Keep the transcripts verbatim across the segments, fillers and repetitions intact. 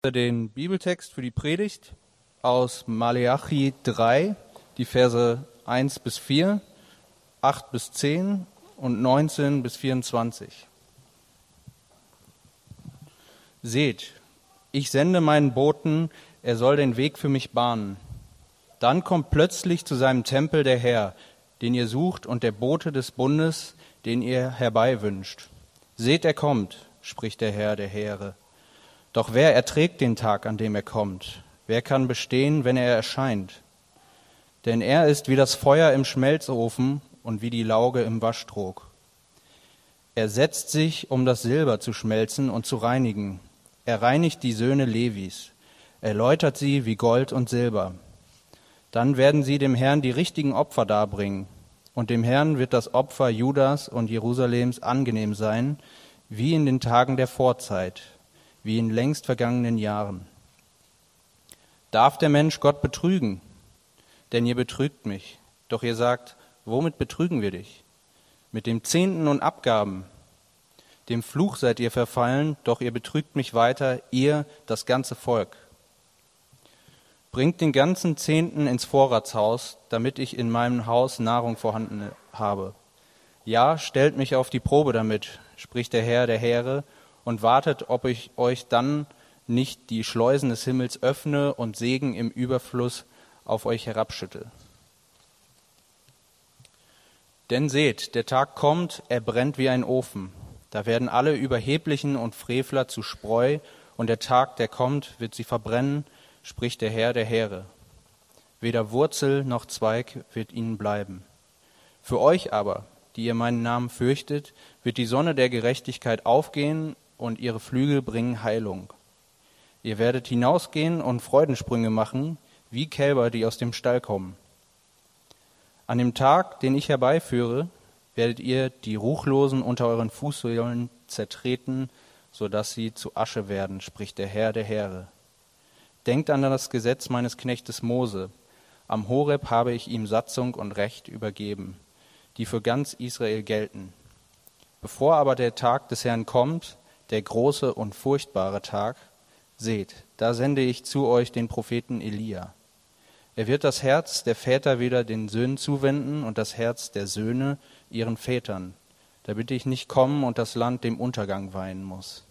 Den Bibeltext für die Predigt aus Maleachi drei, die Verse eins bis vier, acht bis zehn und neunzehn bis vierundzwanzig. Seht, ich sende meinen Boten, er soll den Weg für mich bahnen. Dann kommt plötzlich zu seinem Tempel der Herr, den ihr sucht, und der Bote des Bundes, den ihr herbeiwünscht. Seht, er kommt, spricht der Herr der Heere. Doch wer erträgt den Tag, an dem er kommt? Wer kann bestehen, wenn er erscheint? Denn er ist wie das Feuer im Schmelzofen und wie die Lauge im Waschtrog. Er setzt sich, um das Silber zu schmelzen und zu reinigen. Er reinigt die Söhne Levis. Er läutert sie wie Gold und Silber. Dann werden sie dem Herrn die richtigen Opfer darbringen. Und dem Herrn wird das Opfer Judas und Jerusalems angenehm sein, wie in den Tagen der Vorzeit, wie in längst vergangenen Jahren. Darf der Mensch Gott betrügen? Denn ihr betrügt mich. Doch ihr sagt, womit betrügen wir dich? Mit dem Zehnten und Abgaben. Dem Fluch seid ihr verfallen, doch ihr betrügt mich weiter, ihr, das ganze Volk. Bringt den ganzen Zehnten ins Vorratshaus, damit ich in meinem Haus Nahrung vorhanden habe. Ja, stellt mich auf die Probe damit, spricht der Herr der Heere, und wartet, ob ich euch dann nicht die Schleusen des Himmels öffne und Segen im Überfluss auf euch herabschütte. Denn seht, der Tag kommt, er brennt wie ein Ofen. Da werden alle Überheblichen und Frevler zu Spreu, und der Tag, der kommt, wird sie verbrennen, spricht der Herr der Heere. Weder Wurzel noch Zweig wird ihnen bleiben. Für euch aber, die ihr meinen Namen fürchtet, wird die Sonne der Gerechtigkeit aufgehen, und ihre Flügel bringen Heilung. Ihr werdet hinausgehen und Freudensprünge machen, wie Kälber, die aus dem Stall kommen. An dem Tag, den ich herbeiführe, werdet ihr die Ruchlosen unter euren Fußsohlen zertreten, so dass sie zu Asche werden, spricht der Herr der Heere. Denkt an das Gesetz meines Knechtes Mose. Am Horeb habe ich ihm Satzung und Recht übergeben, die für ganz Israel gelten. Bevor aber der Tag des Herrn kommt, der große und furchtbare Tag, seht, da sende ich zu euch den Propheten Elia. Er wird das Herz der Väter wieder den Söhnen zuwenden und das Herz der Söhne ihren Vätern, damit ich nicht kommen und das Land dem Untergang weihen muss.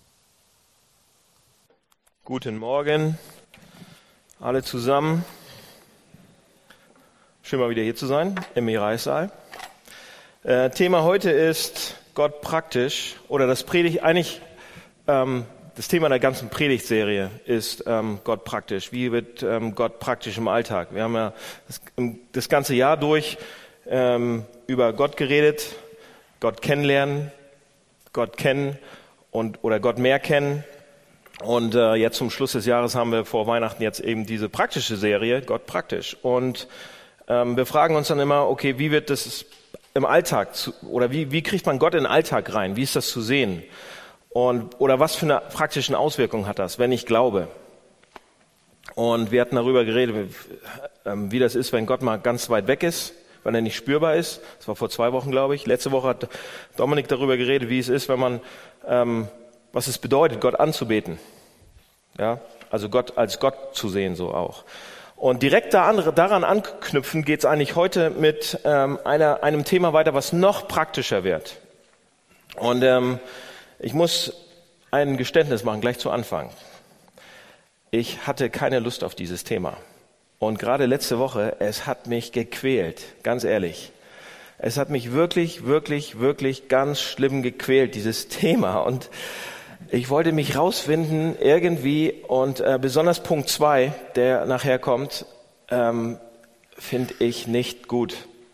Guten Morgen, alle zusammen. Schön mal wieder hier zu sein, im Reissaal. Äh, Thema heute ist Gott praktisch, oder das Predigt, eigentlich ähm, das Thema der ganzen Predigtserie ist ähm, Gott praktisch. Wie wird ähm, Gott praktisch im Alltag? Wir haben ja das, das ganze Jahr durch ähm, über Gott geredet, Gott kennenlernen, Gott kennen und oder Gott mehr kennen. Und äh, jetzt zum Schluss des Jahres haben wir vor Weihnachten jetzt eben diese praktische Serie, Gott praktisch. Und ähm, wir fragen uns dann immer, okay, wie wird das im Alltag, zu, oder wie, wie kriegt man Gott in den Alltag rein? Wie ist das zu sehen? Und, oder was für eine praktischen Auswirkung hat das, wenn ich glaube? Und wir hatten darüber geredet, wie das ist, wenn Gott mal ganz weit weg ist, wenn er nicht spürbar ist. Das war vor zwei Wochen, glaube ich. Letzte Woche hat Dominik darüber geredet, wie es ist, wenn man, ähm, was es bedeutet, Gott anzubeten. Ja, also Gott als Gott zu sehen, so auch. Und direkt da andere, daran anknüpfen geht es eigentlich heute mit ähm, einer, einem Thema weiter, was noch praktischer wird. Und ähm, ich muss ein Geständnis machen, gleich zu Anfang. Ich hatte keine Lust auf dieses Thema. Und gerade letzte Woche, es hat mich gequält, ganz ehrlich. Es hat mich wirklich, wirklich, wirklich ganz schlimm gequält, dieses Thema. Und ich wollte mich rausfinden irgendwie, und äh, besonders Punkt zwei, der nachher kommt, ähm, finde ich nicht gut.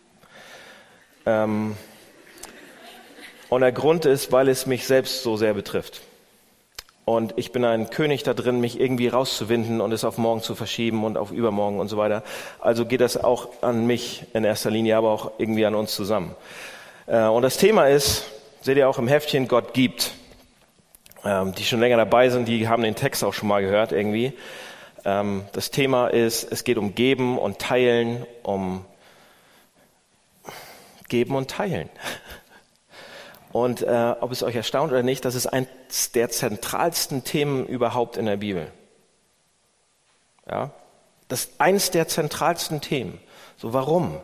Ähm, Und der Grund ist, weil es mich selbst so sehr betrifft. Und ich bin ein König da drin, mich irgendwie rauszuwinden und es auf morgen zu verschieben und auf übermorgen und so weiter. Also geht das auch an mich in erster Linie, aber auch irgendwie an uns zusammen. Und das Thema ist, seht ihr auch im Heftchen, Gott gibt. Die schon länger dabei sind, die haben den Text auch schon mal gehört irgendwie. Das Thema ist, es geht um Geben und Teilen, um Geben und Teilen. Und äh, ob es euch erstaunt oder nicht, das ist eines der zentralsten Themen überhaupt in der Bibel. Ja? Das ist eins der zentralsten Themen. So, warum?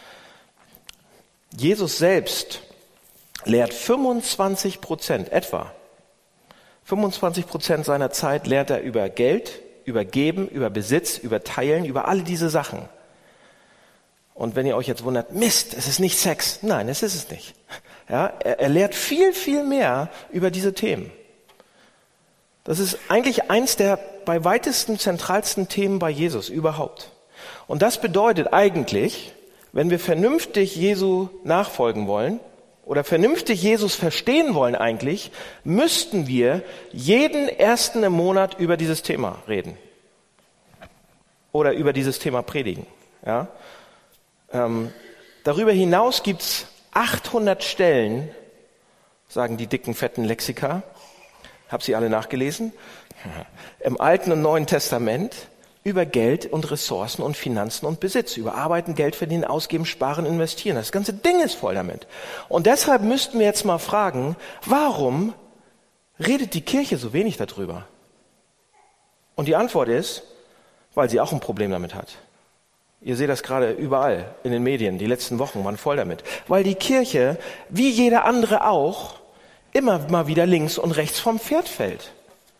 Jesus selbst lehrt fünfundzwanzig Prozent, etwa fünfundzwanzig Prozent seiner Zeit lehrt er über Geld, über Geben, über Besitz, über Teilen, über all diese Sachen. Und wenn ihr euch jetzt wundert, Mist, es ist nicht Sex. Nein, es ist es nicht. Ja, er, er lehrt viel, viel mehr über diese Themen. Das ist eigentlich eins der bei weitesten zentralsten Themen bei Jesus überhaupt. Und das bedeutet eigentlich, wenn wir vernünftig Jesu nachfolgen wollen oder vernünftig Jesus verstehen wollen eigentlich, müssten wir jeden ersten im Monat über dieses Thema reden. Oder über dieses Thema predigen. Ja? Ähm, darüber hinaus gibt's achthundert Stellen, sagen die dicken, fetten Lexika, hab sie alle nachgelesen, im Alten und Neuen Testament über Geld und Ressourcen und Finanzen und Besitz, über Arbeiten, Geld verdienen, ausgeben, sparen, investieren. Das ganze Ding ist voll damit. Und deshalb müssten wir jetzt mal fragen, warum redet die Kirche so wenig darüber? Und die Antwort ist, weil sie auch ein Problem damit hat. Ihr seht das gerade überall in den Medien, die letzten Wochen waren voll damit. Weil die Kirche, wie jeder andere auch, immer mal wieder links und rechts vom Pferd fällt.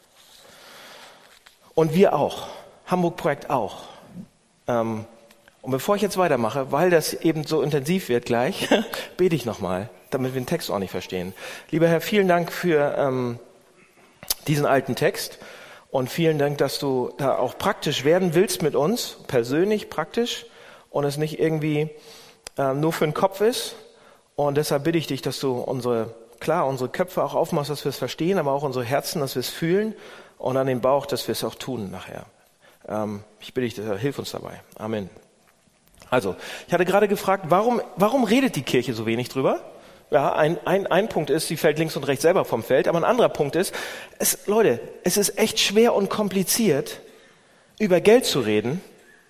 Und wir auch. Hamburg-Projekt auch. Ähm, und bevor ich jetzt weitermache, weil das eben so intensiv wird gleich, bete ich nochmal, damit wir den Text auch nicht verstehen. Lieber Herr, vielen Dank für ähm, diesen alten Text und vielen Dank, dass du da auch praktisch werden willst mit uns, persönlich praktisch und es nicht irgendwie ähm, nur für den Kopf ist. Und deshalb bitte ich dich, dass du unsere, klar, unsere Köpfe auch aufmachst, dass wir es verstehen, aber auch unsere Herzen, dass wir es fühlen und an den Bauch, dass wir es auch tun nachher. Ich bitte dich, hilf uns dabei. Amen. Also, ich hatte gerade gefragt, warum, warum redet die Kirche so wenig drüber? Ja, ein, ein, ein Punkt ist, sie fällt links und rechts selber vom Feld. Aber ein anderer Punkt ist, es, Leute, es ist echt schwer und kompliziert, über Geld zu reden,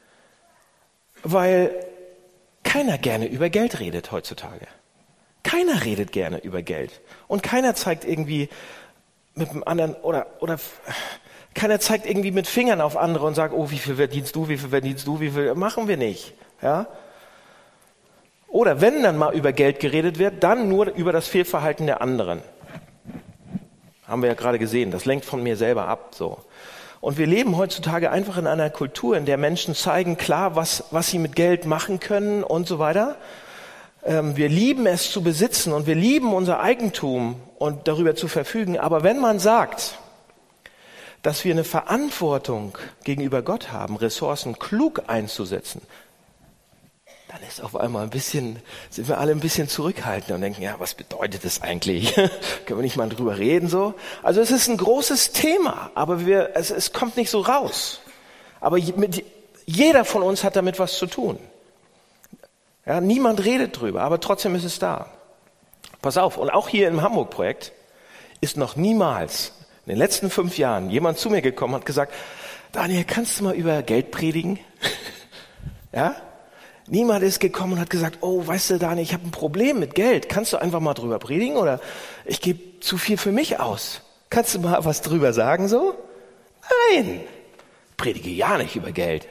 weil keiner gerne über Geld redet heutzutage. Keiner redet gerne über Geld. Und keiner zeigt irgendwie mit dem anderen oder, oder, keiner zeigt irgendwie mit Fingern auf andere und sagt, oh, wie viel verdienst du, wie viel verdienst du, wie viel, machen wir nicht. Ja? Oder wenn dann mal über Geld geredet wird, dann nur über das Fehlverhalten der anderen. Haben wir ja gerade gesehen, das lenkt von mir selber ab. So. Und wir leben heutzutage einfach in einer Kultur, in der Menschen zeigen klar, was, was sie mit Geld machen können und so weiter. Ähm, wir lieben es zu besitzen und wir lieben unser Eigentum und darüber zu verfügen. Aber wenn man sagt, dass wir eine Verantwortung gegenüber Gott haben, Ressourcen klug einzusetzen, dann ist auf einmal ein bisschen, sind wir alle ein bisschen zurückhaltend und denken, ja, was bedeutet das eigentlich? Können wir nicht mal drüber reden so? Also es ist ein großes Thema, aber wir, es, es kommt nicht so raus. Aber mit, jeder von uns hat damit was zu tun. Ja, niemand redet drüber, aber trotzdem ist es da. Pass auf, und auch hier im Hamburg-Projekt ist noch niemals in den letzten fünf Jahren jemand zu mir gekommen und hat gesagt, Daniel, kannst du mal über Geld predigen? Ja? Niemand ist gekommen und hat gesagt, oh, weißt du, Daniel, ich habe ein Problem mit Geld. Kannst du einfach mal drüber predigen? Oder ich gebe zu viel für mich aus. Kannst du mal was drüber sagen so? Nein, predige ja nicht über Geld.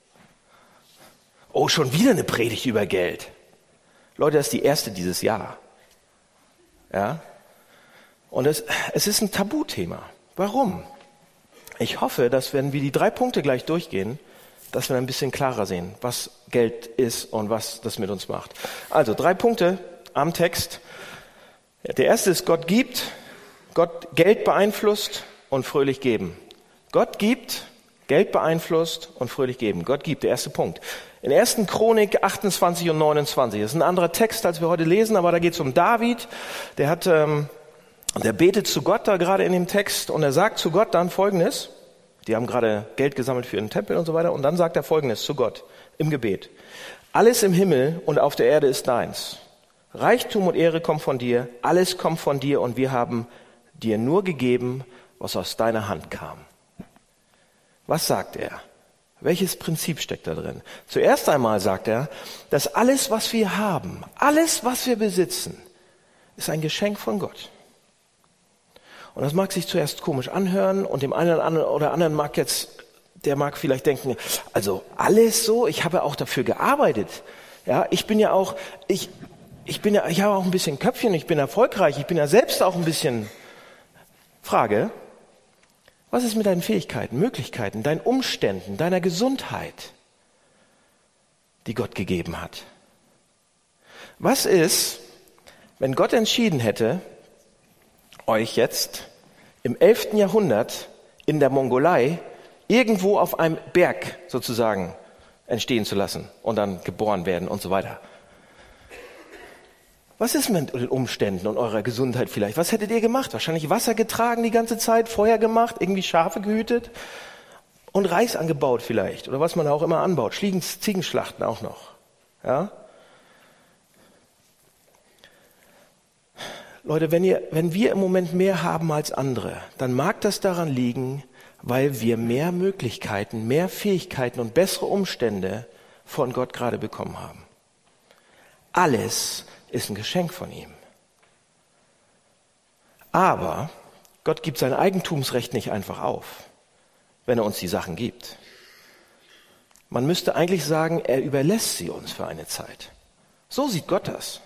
Oh, schon wieder eine Predigt über Geld. Leute, das ist die erste dieses Jahr. Ja? Und es, es ist ein Tabuthema. Warum? Ich hoffe, dass wenn wir die drei Punkte gleich durchgehen, dass wir ein bisschen klarer sehen, was Geld ist und was das mit uns macht. Also drei Punkte am Text. Der erste ist, Gott gibt, Gott Geld beeinflusst und fröhlich geben. Gott gibt, Geld beeinflusst und fröhlich geben. Gott gibt, der erste Punkt. In ersten Chronik achtundzwanzig und neunundzwanzig. Das ist ein anderer Text, als wir heute lesen, aber da geht es um David. Der hat... Ähm, Der betet zu Gott da gerade in dem Text und er sagt zu Gott dann Folgendes. Die haben gerade Geld gesammelt für ihren Tempel und so weiter. Und dann sagt er Folgendes zu Gott im Gebet. Alles im Himmel und auf der Erde ist deins. Reichtum und Ehre kommen von dir. Alles kommt von dir und wir haben dir nur gegeben, was aus deiner Hand kam. Was sagt er? Welches Prinzip steckt da drin? Zuerst einmal sagt er, dass alles, was wir haben, alles, was wir besitzen, ist ein Geschenk von Gott. Und das mag sich zuerst komisch anhören und dem einen oder anderen mag jetzt der mag vielleicht denken, also alles so, ich habe auch dafür gearbeitet. Ja, ich bin ja auch, ich, ich bin ja, ich habe auch ein bisschen Köpfchen, ich bin erfolgreich, ich bin ja selbst auch ein bisschen. Frage, was ist mit deinen Fähigkeiten, Möglichkeiten, deinen Umständen, deiner Gesundheit, die Gott gegeben hat? Was ist, wenn Gott entschieden hätte, euch jetzt im elften Jahrhundert in der Mongolei irgendwo auf einem Berg sozusagen entstehen zu lassen und dann geboren werden und so weiter? Was ist mit den Umständen und eurer Gesundheit vielleicht? Was hättet ihr gemacht? Wahrscheinlich Wasser getragen die ganze Zeit, Feuer gemacht, irgendwie Schafe gehütet und Reis angebaut vielleicht oder was man auch immer anbaut. Schliegen, Ziegenschlachten auch noch. Ja? Leute, wenn, ihr, wenn wir im Moment mehr haben als andere, dann mag das daran liegen, weil wir mehr Möglichkeiten, mehr Fähigkeiten und bessere Umstände von Gott gerade bekommen haben. Alles ist ein Geschenk von ihm. Aber Gott gibt sein Eigentumsrecht nicht einfach auf, wenn er uns die Sachen gibt. Man müsste eigentlich sagen, er überlässt sie uns für eine Zeit. So sieht Gott das.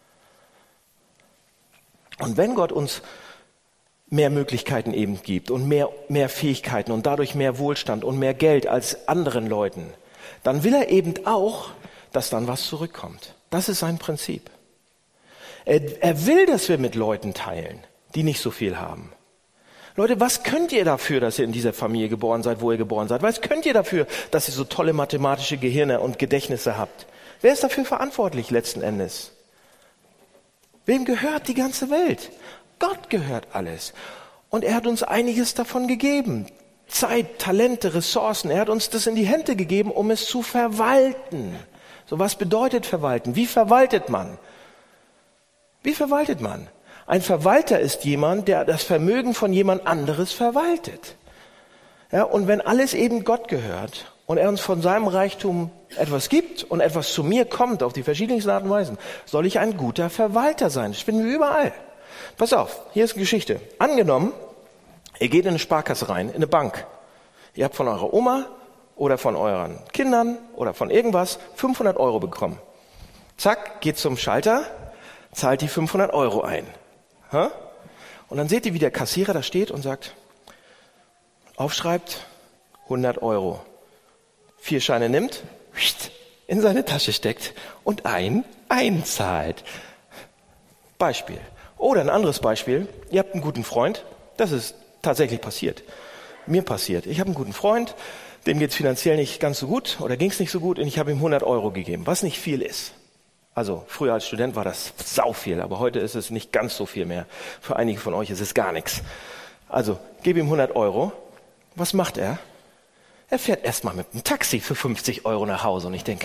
Und wenn Gott uns mehr Möglichkeiten eben gibt und mehr, mehr Fähigkeiten und dadurch mehr Wohlstand und mehr Geld als anderen Leuten, dann will er eben auch, dass dann was zurückkommt. Das ist sein Prinzip. Er, er will, dass wir mit Leuten teilen, die nicht so viel haben. Leute, was könnt ihr dafür, dass ihr in dieser Familie geboren seid, wo ihr geboren seid? Was könnt ihr dafür, dass ihr so tolle mathematische Gehirne und Gedächtnisse habt? Wer ist dafür verantwortlich letzten Endes? Wem gehört die ganze Welt? Gott gehört alles. Und er hat uns einiges davon gegeben. Zeit, Talente, Ressourcen. Er hat uns das in die Hände gegeben, um es zu verwalten. So, was bedeutet verwalten? Wie verwaltet man? Wie verwaltet man? Ein Verwalter ist jemand, der das Vermögen von jemand anderes verwaltet. Ja, und wenn alles eben Gott gehört und er uns von seinem Reichtum etwas gibt und etwas zu mir kommt auf die verschiedensten Arten und Weisen, soll ich ein guter Verwalter sein. Das finden wir überall. Pass auf, hier ist eine Geschichte. Angenommen, ihr geht in eine Sparkasse rein, in eine Bank. Ihr habt von eurer Oma oder von euren Kindern oder von irgendwas fünfhundert Euro bekommen. Zack, geht zum Schalter, zahlt die fünfhundert Euro ein. Und dann seht ihr, wie der Kassierer da steht und sagt, aufschreibt, hundert Euro. Vier Scheine nimmt, in seine Tasche steckt und ein einzahlt. Beispiel. Oder ein anderes Beispiel. Ihr habt einen guten Freund. Das ist tatsächlich passiert. Mir passiert. Ich habe einen guten Freund, dem geht es finanziell nicht ganz so gut oder ging es nicht so gut und ich habe ihm hundert Euro gegeben, was nicht viel ist. Also früher als Student war das sau viel, aber heute ist es nicht ganz so viel mehr. Für einige von euch ist es gar nichts. Also gebe ihm hundert Euro. Was macht er? Er fährt erstmal mit einem Taxi für fünfzig Euro nach Hause und ich denke,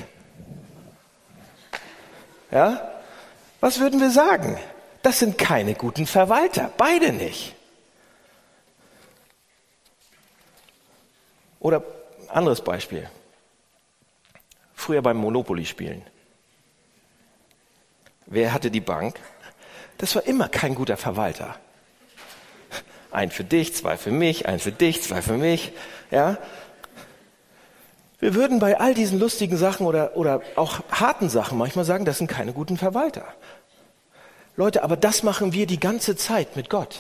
ja, was würden wir sagen? Das sind keine guten Verwalter, beide nicht. Oder anderes Beispiel. Früher beim Monopoly spielen. Wer hatte die Bank? Das war immer kein guter Verwalter. Ein für dich, zwei für mich, ein für dich, zwei für mich. Ja. Wir würden bei all diesen lustigen Sachen oder, oder auch harten Sachen manchmal sagen, das sind keine guten Verwalter. Leute, aber das machen wir die ganze Zeit mit Gott.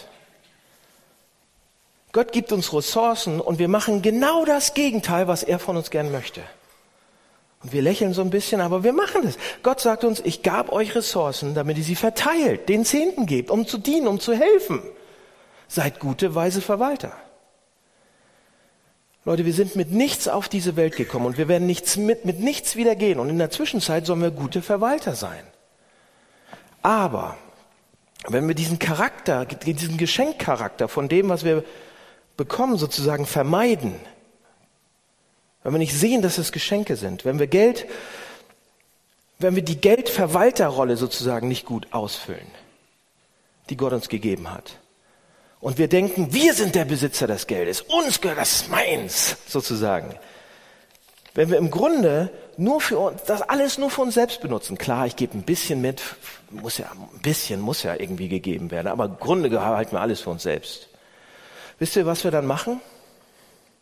Gott gibt uns Ressourcen und wir machen genau das Gegenteil, was er von uns gern möchte. Und wir lächeln so ein bisschen, aber wir machen das. Gott sagt uns, ich gab euch Ressourcen, damit ihr sie verteilt, den Zehnten gebt, um zu dienen, um zu helfen. Seid gute, weise Verwalter. Leute, wir sind mit nichts auf diese Welt gekommen und wir werden nichts mit, mit nichts wieder gehen. Und in der Zwischenzeit sollen wir gute Verwalter sein. Aber wenn wir diesen Charakter, diesen Geschenkcharakter von dem, was wir bekommen, sozusagen vermeiden, wenn wir nicht sehen, dass es Geschenke sind, wenn wir Geld, wenn wir die Geldverwalterrolle sozusagen nicht gut ausfüllen, die Gott uns gegeben hat. Und wir denken, wir sind der Besitzer des Geldes, uns gehört das meins, sozusagen. Wenn wir im Grunde nur für uns, das alles nur für uns selbst benutzen, klar, ich gebe ein bisschen mit, muss ja, ein bisschen muss ja irgendwie gegeben werden, aber im Grunde halten wir alles für uns selbst. Wisst ihr, was wir dann machen?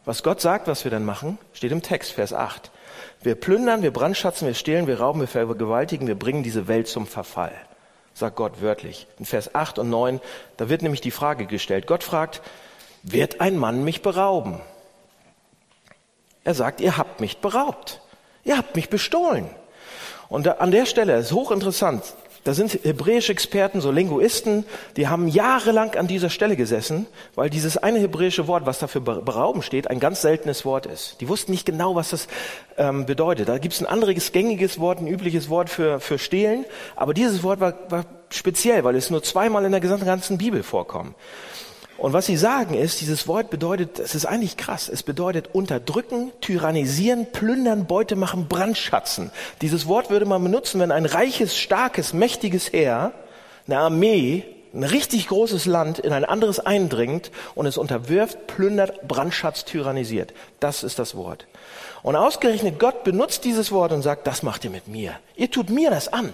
Was Gott sagt, was wir dann machen, steht im Text, Vers acht. Wir plündern, wir brandschatzen, wir stehlen, wir rauben, wir vergewaltigen, wir bringen diese Welt zum Verfall. Sagt Gott wörtlich. In Vers acht und neun, da wird nämlich die Frage gestellt. Gott fragt, wird ein Mann mich berauben? Er sagt, ihr habt mich beraubt. Ihr habt mich bestohlen. Und da, an der Stelle ist hochinteressant. Da sind hebräische Experten, so Linguisten, die haben jahrelang an dieser Stelle gesessen, weil dieses eine hebräische Wort, was da für berauben steht, ein ganz seltenes Wort ist. Die wussten nicht genau, was das ähm, bedeutet. Da gibt es ein anderes gängiges Wort, ein übliches Wort für, für stehlen, aber dieses Wort war, war speziell, weil es nur zweimal in der gesamten ganzen Bibel vorkommt. Und was sie sagen ist, dieses Wort bedeutet, es ist eigentlich krass, es bedeutet unterdrücken, tyrannisieren, plündern, Beute machen, brandschatzen. Dieses Wort würde man benutzen, wenn ein reiches, starkes, mächtiges Heer, eine Armee, ein richtig großes Land in ein anderes eindringt und es unterwirft, plündert, brandschatzt, tyrannisiert. Das ist das Wort. Und ausgerechnet Gott benutzt dieses Wort und sagt, das macht ihr mit mir. Ihr tut mir das an.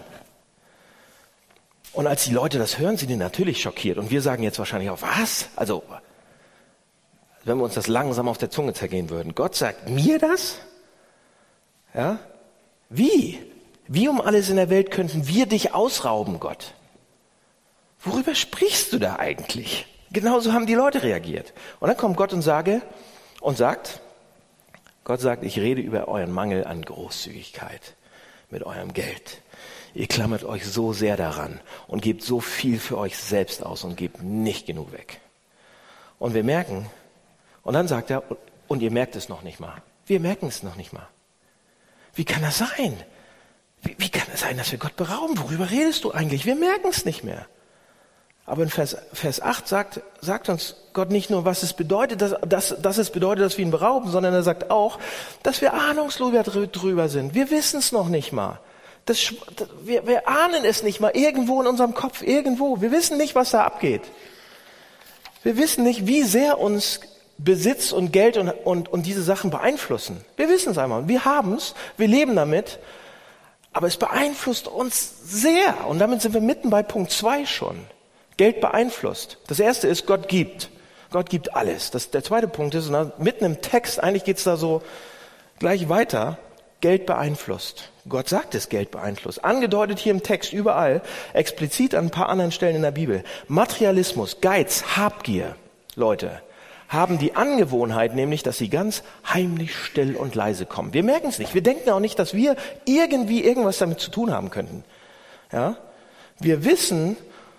Und als die Leute das hören, sind die natürlich schockiert. Und wir sagen jetzt wahrscheinlich auch, was? Also, wenn wir uns das langsam auf der Zunge zergehen würden. Gott sagt mir das? Ja? Wie? Wie um alles in der Welt könnten wir dich ausrauben, Gott? Worüber sprichst du da eigentlich? Genauso haben die Leute reagiert. Und dann kommt Gott und sage, und sagt, Gott sagt, ich rede über euren Mangel an Großzügigkeit mit eurem Geld. Ihr klammert euch so sehr daran und gebt so viel für euch selbst aus und gebt nicht genug weg. Und wir merken, und dann sagt er, und ihr merkt es noch nicht mal. Wir merken es noch nicht mal. Wie kann das sein? Wie, wie kann es sein, dass wir Gott berauben? Worüber redest du eigentlich? Wir merken es nicht mehr. Aber in Vers, Vers acht sagt, sagt uns Gott nicht nur, was es bedeutet, dass, dass, dass es bedeutet, dass wir ihn berauben, sondern er sagt auch, dass wir ahnungslos drüber sind. Wir wissen es noch nicht mal. Das, wir, wir ahnen es nicht mal irgendwo in unserem Kopf, irgendwo. Wir wissen nicht, was da abgeht. Wir wissen nicht, wie sehr uns Besitz und Geld und, und, und diese Sachen beeinflussen. Wir wissen es einmal. Wir haben es, wir leben damit, aber es beeinflusst uns sehr. Und damit sind wir mitten bei Punkt zwei schon. Geld beeinflusst. Das erste ist, Gott gibt. Gott gibt alles. Das, der zweite Punkt ist, und dann, mitten im Text, eigentlich geht's da so gleich weiter, Geld beeinflusst. Gott sagt es, Geld beeinflusst. Angedeutet hier im Text, überall, explizit an ein paar anderen Stellen in der Bibel. Materialismus, Geiz, Habgier, Leute, haben die Angewohnheit nämlich, dass sie ganz heimlich, still und leise kommen. Wir merken es nicht. Wir denken auch nicht, dass wir irgendwie irgendwas damit zu tun haben könnten. Ja? Wir wissen,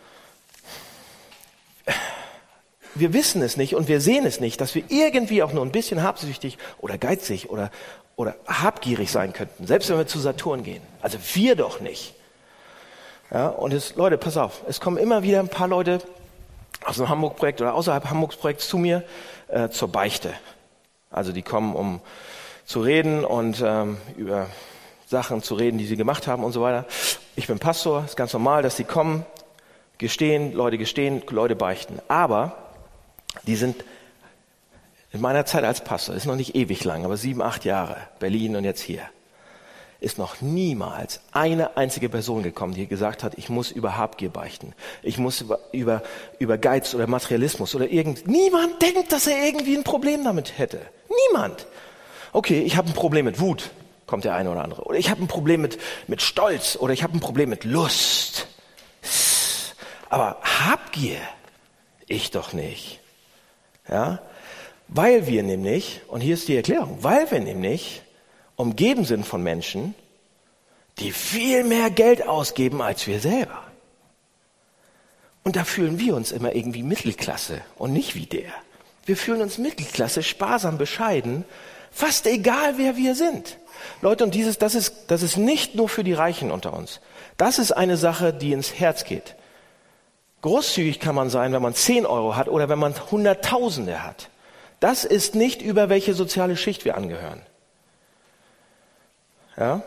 wir wissen es nicht und wir sehen es nicht, dass wir irgendwie auch nur ein bisschen habsüchtig oder geizig oder oder habgierig sein könnten, selbst wenn wir zu Saturn gehen. Also wir doch nicht. Ja, und es, Leute, pass auf, es kommen immer wieder ein paar Leute aus dem Hamburg-Projekt oder außerhalb Hamburgs-Projekts zu mir äh, zur Beichte. Also die kommen, um zu reden und ähm, über Sachen zu reden, die sie gemacht haben und so weiter. Ich bin Pastor, ist ganz normal, dass die kommen, gestehen, Leute gestehen, Leute beichten. Aber die sind in meiner Zeit als Pastor, ist noch nicht ewig lang, aber sieben, acht Jahre, Berlin und jetzt hier, ist noch niemals eine einzige Person gekommen, die gesagt hat, ich muss über Habgier beichten. Ich muss über, über, über Geiz oder Materialismus oder irgend. Niemand denkt, dass er irgendwie ein Problem damit hätte. Niemand. Okay, ich habe ein Problem mit Wut, kommt der eine oder andere. Oder ich habe ein Problem mit, mit Stolz oder ich habe ein Problem mit Lust. Aber Habgier, ich doch nicht. Ja? Weil wir nämlich, und hier ist die Erklärung, weil wir nämlich umgeben sind von Menschen, die viel mehr Geld ausgeben als wir selber. Und da fühlen wir uns immer irgendwie Mittelklasse und nicht wie der. Wir fühlen uns Mittelklasse, sparsam, bescheiden, fast egal wer wir sind. Leute, und dieses, das ist, das ist nicht nur für die Reichen unter uns. Das ist eine Sache, die ins Herz geht. Großzügig kann man sein, wenn man zehn Euro hat oder wenn man Hunderttausende hat. Das ist nicht, über welche soziale Schicht wir angehören. Ja?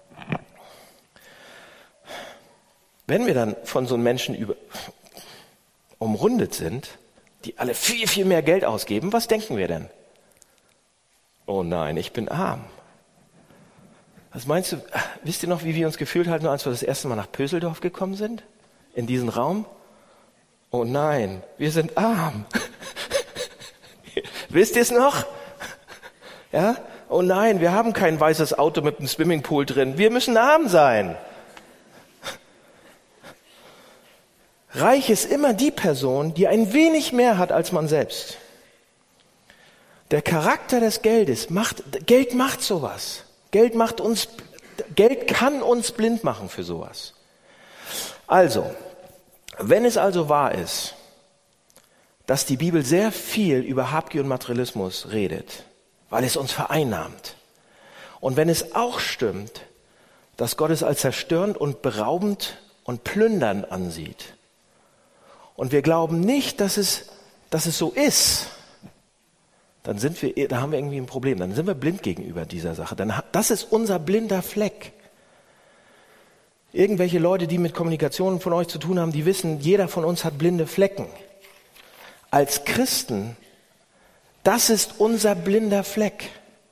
Wenn wir dann von so einem Menschen über, umrundet sind, die alle viel, viel mehr Geld ausgeben, was denken wir denn? Oh nein, ich bin arm. Was meinst du, wisst ihr noch, wie wir uns gefühlt haben, als wir das erste Mal nach Pöseldorf gekommen sind? In diesen Raum? Oh nein, wir sind arm. Wisst ihr es noch? Ja? Oh nein, wir haben kein weißes Auto mit einem Swimmingpool drin. Wir müssen arm sein. Reich ist immer die Person, die ein wenig mehr hat als man selbst. Der Charakter des Geldes macht, Geld macht sowas. Geld macht uns, Geld kann uns blind machen für sowas. Also, wenn es also wahr ist, dass die Bibel sehr viel über Habgier und Materialismus redet, weil es uns vereinnahmt. Und wenn es auch stimmt, dass Gott es als zerstörend und beraubend und plündernd ansieht, und wir glauben nicht, dass es, dass es so ist, dann sind wir, da haben wir irgendwie ein Problem. Dann sind wir blind gegenüber dieser Sache. Dann, das ist unser blinder Fleck. Irgendwelche Leute, die mit Kommunikation von euch zu tun haben, die wissen, jeder von uns hat blinde Flecken. Als Christen, das ist unser blinder Fleck.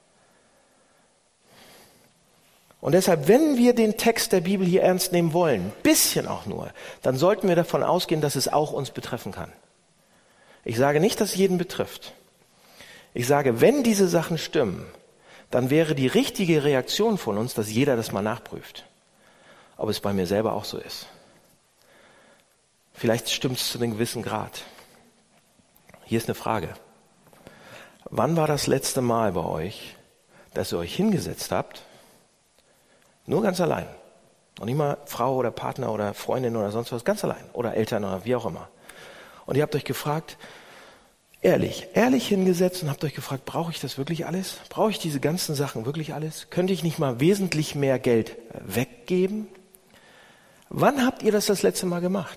Und deshalb, wenn wir den Text der Bibel hier ernst nehmen wollen, ein bisschen auch nur, dann sollten wir davon ausgehen, dass es auch uns betreffen kann. Ich sage nicht, dass es jeden betrifft. Ich sage, wenn diese Sachen stimmen, dann wäre die richtige Reaktion von uns, dass jeder das mal nachprüft. Ob es bei mir selber auch so ist. Vielleicht stimmt es zu einem gewissen Grad. Hier ist eine Frage. Wann war das letzte Mal bei euch, dass ihr euch hingesetzt habt, nur ganz allein, noch nicht mal Frau oder Partner oder Freundin oder sonst was, ganz allein, oder Eltern oder wie auch immer. Und ihr habt euch gefragt, ehrlich, ehrlich hingesetzt und habt euch gefragt, brauche ich das wirklich alles? Brauche ich diese ganzen Sachen wirklich alles? Könnte ich nicht mal wesentlich mehr Geld weggeben? Wann habt ihr das das letzte Mal gemacht?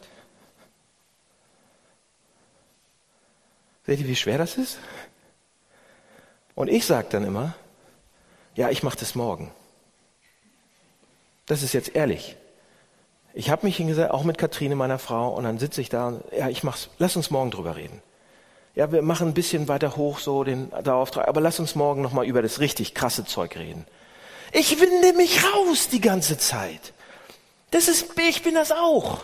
Seht ihr, wie schwer das ist? Und ich sage dann immer, ja, ich mache das morgen. Das ist jetzt ehrlich. Ich habe mich hingesetzt, auch mit Katrine, meiner Frau, und dann sitze ich da und, ja, ich mach's, lass uns morgen drüber reden. Ja, wir machen ein bisschen weiter hoch so den der Auftrag, aber lass uns morgen nochmal über das richtig krasse Zeug reden. Ich winde mich raus die ganze Zeit. Das ist, ich bin das auch.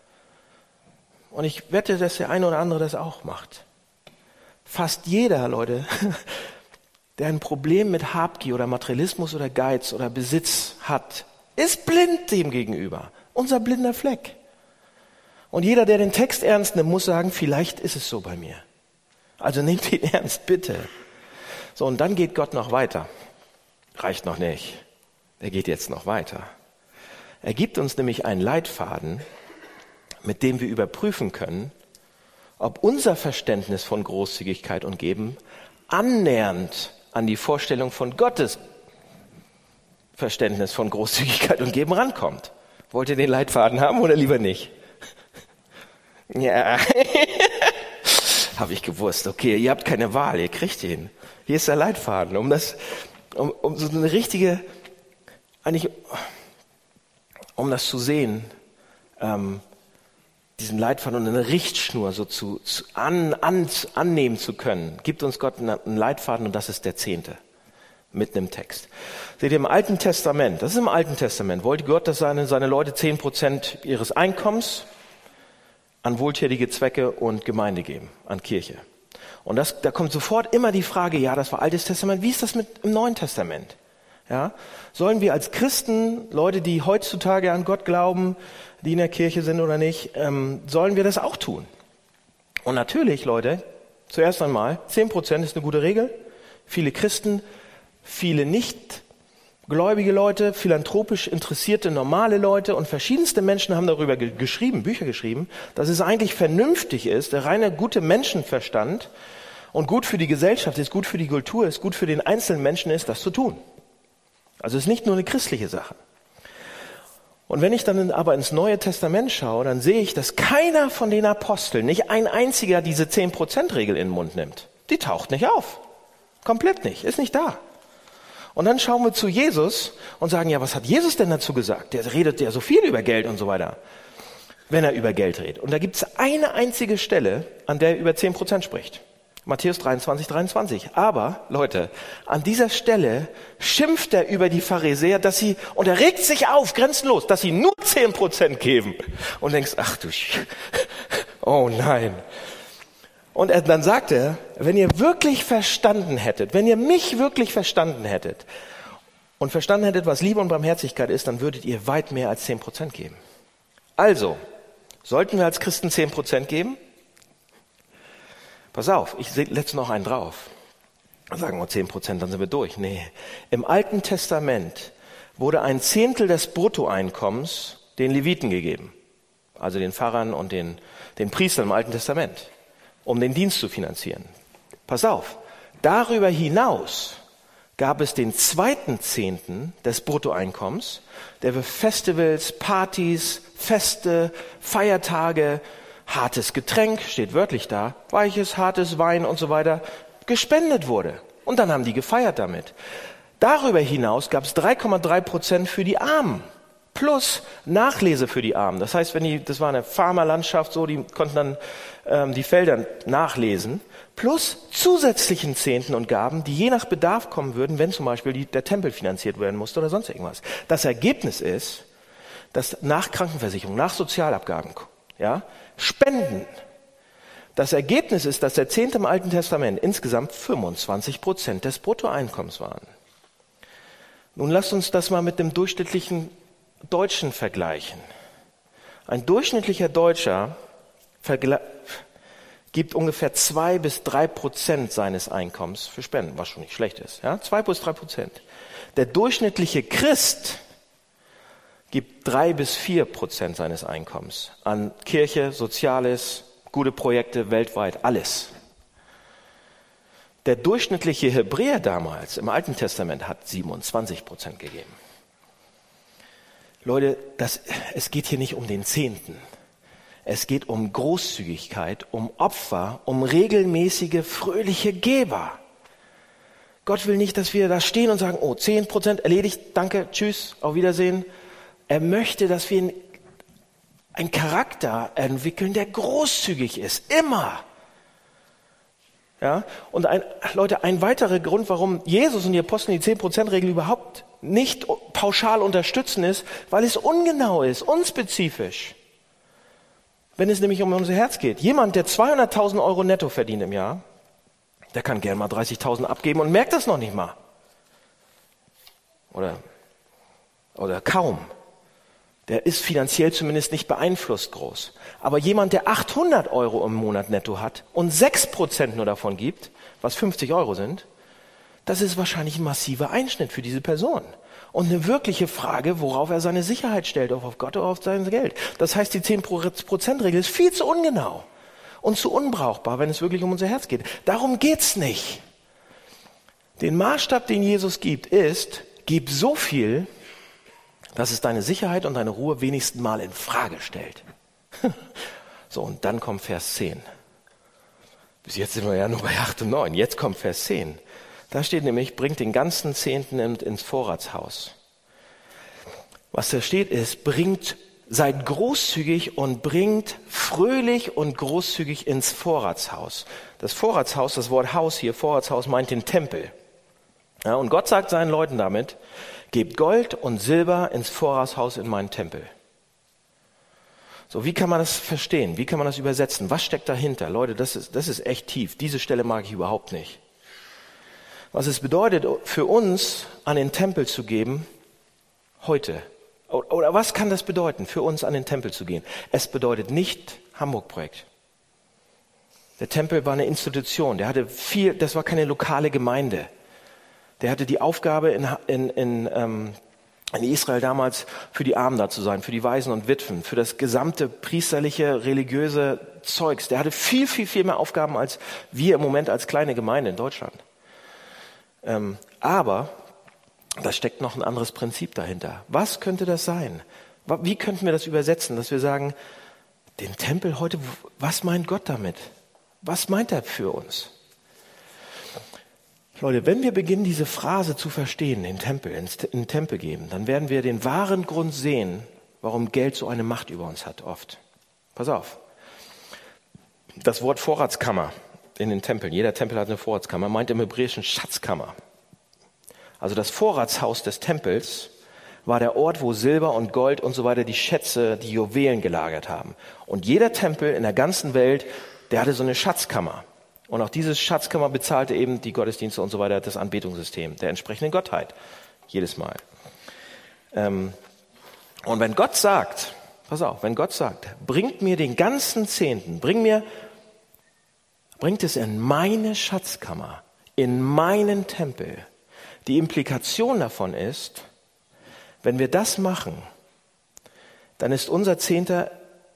Und ich wette, dass der eine oder andere das auch macht. Fast jeder, Leute, der ein Problem mit Habgier oder Materialismus oder Geiz oder Besitz hat, ist blind dem gegenüber. Unser blinder Fleck. Und jeder, der den Text ernst nimmt, muss sagen, vielleicht ist es so bei mir. Also nehmt ihn ernst, bitte. So, und dann geht Gott noch weiter. Reicht noch nicht. Er geht jetzt noch weiter. Er gibt uns nämlich einen Leitfaden, mit dem wir überprüfen können, ob unser Verständnis von Großzügigkeit und Geben annähernd an die Vorstellung von Gottes Verständnis von Großzügigkeit und Geben rankommt. Wollt ihr den Leitfaden haben oder lieber nicht? Ja, habe ich gewusst. Okay, ihr habt keine Wahl, ihr kriegt ihn. Hier ist der Leitfaden, um das, um, um so eine richtige, eigentlich, um das zu sehen, ähm, diesen Leitfaden und eine Richtschnur so zu, zu an, an, annehmen zu können, gibt uns Gott einen, einen Leitfaden und das ist der Zehnte. Mitten im Text. Seht ihr, im Alten Testament, das ist im Alten Testament, wollte Gott, dass seine, seine Leute zehn Prozent ihres Einkommens an wohltätige Zwecke und Gemeinde geben, an Kirche. Und das, da kommt sofort immer die Frage, ja, das war Altes Testament, wie ist das mit im Neuen Testament? Ja, sollen wir als Christen, Leute, die heutzutage an Gott glauben, die in der Kirche sind oder nicht, ähm, sollen wir das auch tun? Und natürlich, Leute, zuerst einmal, zehn Prozent ist eine gute Regel. Viele Christen, viele nicht gläubige Leute, philanthropisch interessierte, normale Leute und verschiedenste Menschen haben darüber ge- geschrieben, Bücher geschrieben, dass es eigentlich vernünftig ist, der reine gute Menschenverstand und gut für die Gesellschaft ist, gut für die Kultur ist, gut für den einzelnen Menschen ist, das zu tun. Also es ist nicht nur eine christliche Sache. Und wenn ich dann aber ins Neue Testament schaue, dann sehe ich, dass keiner von den Aposteln, nicht ein einziger diese zehn Prozent Regel in den Mund nimmt. Die taucht nicht auf. Komplett nicht, ist nicht da. Und dann schauen wir zu Jesus und sagen, ja, was hat Jesus denn dazu gesagt? Der redet ja so viel über Geld und so weiter, wenn er über Geld redet. Und da gibt es eine einzige Stelle, an der er über zehn Prozent spricht. Matthäus dreiundzwanzig, dreiundzwanzig. Aber, Leute, an dieser Stelle schimpft er über die Pharisäer, dass sie, und er regt sich auf, grenzenlos, dass sie nur zehn Prozent geben. Und denkst, ach du, Sch- oh nein. Und er, dann sagt er, wenn ihr wirklich verstanden hättet, wenn ihr mich wirklich verstanden hättet und verstanden hättet, was Liebe und Barmherzigkeit ist, dann würdet ihr weit mehr als zehn Prozent geben. Also, sollten wir als Christen zehn Prozent geben? Pass auf, ich setze noch einen drauf. Sagen wir zehn Prozent, dann sind wir durch. Nee, im Alten Testament wurde ein Zehntel des Bruttoeinkommens den Leviten gegeben. Also den Pfarrern und den, den Priestern im Alten Testament, um den Dienst zu finanzieren. Pass auf, darüber hinaus gab es den zweiten Zehnten des Bruttoeinkommens, der für Festivals, Partys, Feste, Feiertage, hartes Getränk, steht wörtlich da, weiches, hartes Wein und so weiter, gespendet wurde. Und dann haben die gefeiert damit. Darüber hinaus gab es drei Komma drei Prozent für die Armen. Plus Nachlese für die Armen. Das heißt, wenn die, das war eine Farmerlandschaft, so, die konnten dann ähm, die Felder nachlesen. Plus zusätzlichen Zehnten und Gaben, die je nach Bedarf kommen würden, wenn zum Beispiel die, der Tempel finanziert werden musste oder sonst irgendwas. Das Ergebnis ist, dass nach Krankenversicherung, nach Sozialabgaben, ja, Spenden. Das Ergebnis ist, dass der Zehnte im Alten Testament insgesamt fünfundzwanzig Prozent des Bruttoeinkommens waren. Nun lasst uns das mal mit dem durchschnittlichen Deutschen vergleichen. Ein durchschnittlicher Deutscher vergle- gibt ungefähr zwei bis drei Prozent seines Einkommens für Spenden, was schon nicht schlecht ist. Ja? Zwei bis drei Prozent. Der durchschnittliche Christ gibt drei bis vier Prozent seines Einkommens an Kirche, Soziales, gute Projekte weltweit, alles. Der durchschnittliche Hebräer damals im Alten Testament hat siebenundzwanzig Prozent gegeben. Leute, das, es geht hier nicht um den Zehnten. Es geht um Großzügigkeit, um Opfer, um regelmäßige, fröhliche Geber. Gott will nicht, dass wir da stehen und sagen, oh, zehn Prozent erledigt, danke, tschüss, auf Wiedersehen. Er möchte, dass wir einen Charakter entwickeln, der großzügig ist, immer. Ja? Und ein, Leute, ein weiterer Grund, warum Jesus und die Apostel die zehn Prozent Regel überhaupt nicht pauschal unterstützen, ist, weil es ungenau ist, unspezifisch. Wenn es nämlich um unser Herz geht. Jemand, der zweihunderttausend Euro netto verdient im Jahr, der kann gerne mal dreißigtausend abgeben und merkt das noch nicht mal. Oder, oder kaum. Der ist finanziell zumindest nicht beeinflusst groß. Aber jemand, der achthundert Euro im Monat netto hat und sechs Prozent nur davon gibt, was fünfzig Euro sind, das ist wahrscheinlich ein massiver Einschnitt für diese Person. Und eine wirkliche Frage, worauf er seine Sicherheit stellt, ob auf Gott oder auf sein Geld. Das heißt, die zehn Prozent Regel ist viel zu ungenau und zu unbrauchbar, wenn es wirklich um unser Herz geht. Darum geht's nicht. Den Maßstab, den Jesus gibt, ist, gib so viel, dass es deine Sicherheit und deine Ruhe wenigstens mal in Frage stellt. So, und dann kommt Vers zehn. Bis jetzt sind wir ja nur bei acht und neun. Jetzt kommt Vers zehn. Da steht nämlich, bringt den ganzen Zehnten ins Vorratshaus. Was da steht ist, bringt, seid großzügig und bringt fröhlich und großzügig ins Vorratshaus. Das Vorratshaus, das Wort Haus hier, Vorratshaus meint den Tempel. Ja, und Gott sagt seinen Leuten damit, gebt Gold und Silber ins Vorratshaus in meinen Tempel. So, wie kann man das verstehen? Wie kann man das übersetzen? Was steckt dahinter? Leute, das ist, das ist echt tief. Diese Stelle mag ich überhaupt nicht. Was es bedeutet, für uns an den Tempel zu geben, heute. Oder was kann das bedeuten, für uns an den Tempel zu gehen? Es bedeutet nicht Hamburg-Projekt. Der Tempel war eine Institution. Der hatte viel, das war keine lokale Gemeinde. Der hatte die Aufgabe, in, in, in, ähm, in Israel damals für die Armen da zu sein, für die Waisen und Witwen, für das gesamte priesterliche, religiöse Zeugs. Der hatte viel, viel, viel mehr Aufgaben als wir im Moment als kleine Gemeinde in Deutschland. Ähm, aber da steckt noch ein anderes Prinzip dahinter. Was könnte das sein? Wie könnten wir das übersetzen, dass wir sagen, den Tempel heute, was meint Gott damit? Was meint er für uns? Leute, wenn wir beginnen, diese Phrase zu verstehen, den Tempel, in den Tempel geben, dann werden wir den wahren Grund sehen, warum Geld so eine Macht über uns hat, oft. Pass auf. Das Wort Vorratskammer in den Tempeln, jeder Tempel hat eine Vorratskammer, meint im Hebräischen Schatzkammer. Also das Vorratshaus des Tempels war der Ort, wo Silber und Gold und so weiter die Schätze, die Juwelen gelagert haben. Und jeder Tempel in der ganzen Welt der hatte so eine Schatzkammer. Und auch diese Schatzkammer bezahlte eben die Gottesdienste und so weiter, das Anbetungssystem der entsprechenden Gottheit. Jedes Mal. Ähm, und wenn Gott sagt, pass auf, wenn Gott sagt, bringt mir den ganzen Zehnten, bring mir, bringt es in meine Schatzkammer, in meinen Tempel. Die Implikation davon ist, wenn wir das machen, dann ist unser Zehnter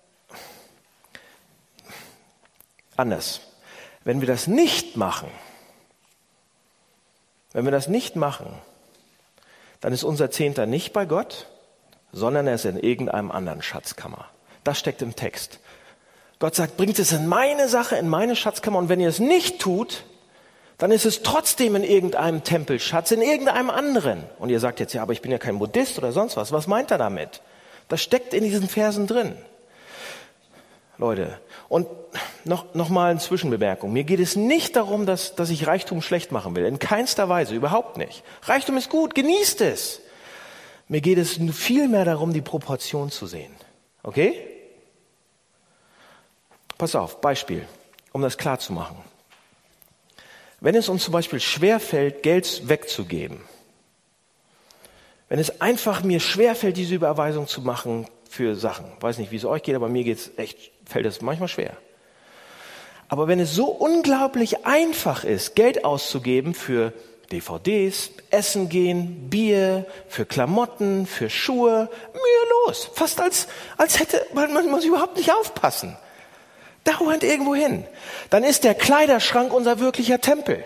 anders. Wenn wir das nicht machen, wenn wir das nicht machen, dann ist unser Zehnter nicht bei Gott, sondern er ist in irgendeinem anderen Schatzkammer. Das steckt im Text. Gott sagt, bringt es in meine Sache, in meine Schatzkammer. Und wenn ihr es nicht tut, dann ist es trotzdem in irgendeinem Tempelschatz, in irgendeinem anderen. Und ihr sagt jetzt, ja, aber ich bin ja kein Buddhist oder sonst was. Was meint er damit? Das steckt in diesen Versen drin. Leute, und noch, noch mal eine Zwischenbemerkung. Mir geht es nicht darum, dass, dass ich Reichtum schlecht machen will. In keinster Weise, überhaupt nicht. Reichtum ist gut, genießt es. Mir geht es vielmehr darum, die Proportion zu sehen. Okay? Pass auf, Beispiel, um das klar zu machen. Wenn es uns zum Beispiel schwerfällt, Geld wegzugeben, wenn es einfach mir schwerfällt, diese Überweisung zu machen für Sachen, weiß nicht, wie es euch geht, aber mir geht's echt, fällt es manchmal schwer. Aber wenn es so unglaublich einfach ist, Geld auszugeben für D V Ds, Essen gehen, Bier, für Klamotten, für Schuhe, mühelos, fast als, als hätte man, man muss überhaupt nicht aufpassen. Dauernd irgendwo hin. Dann ist der Kleiderschrank unser wirklicher Tempel.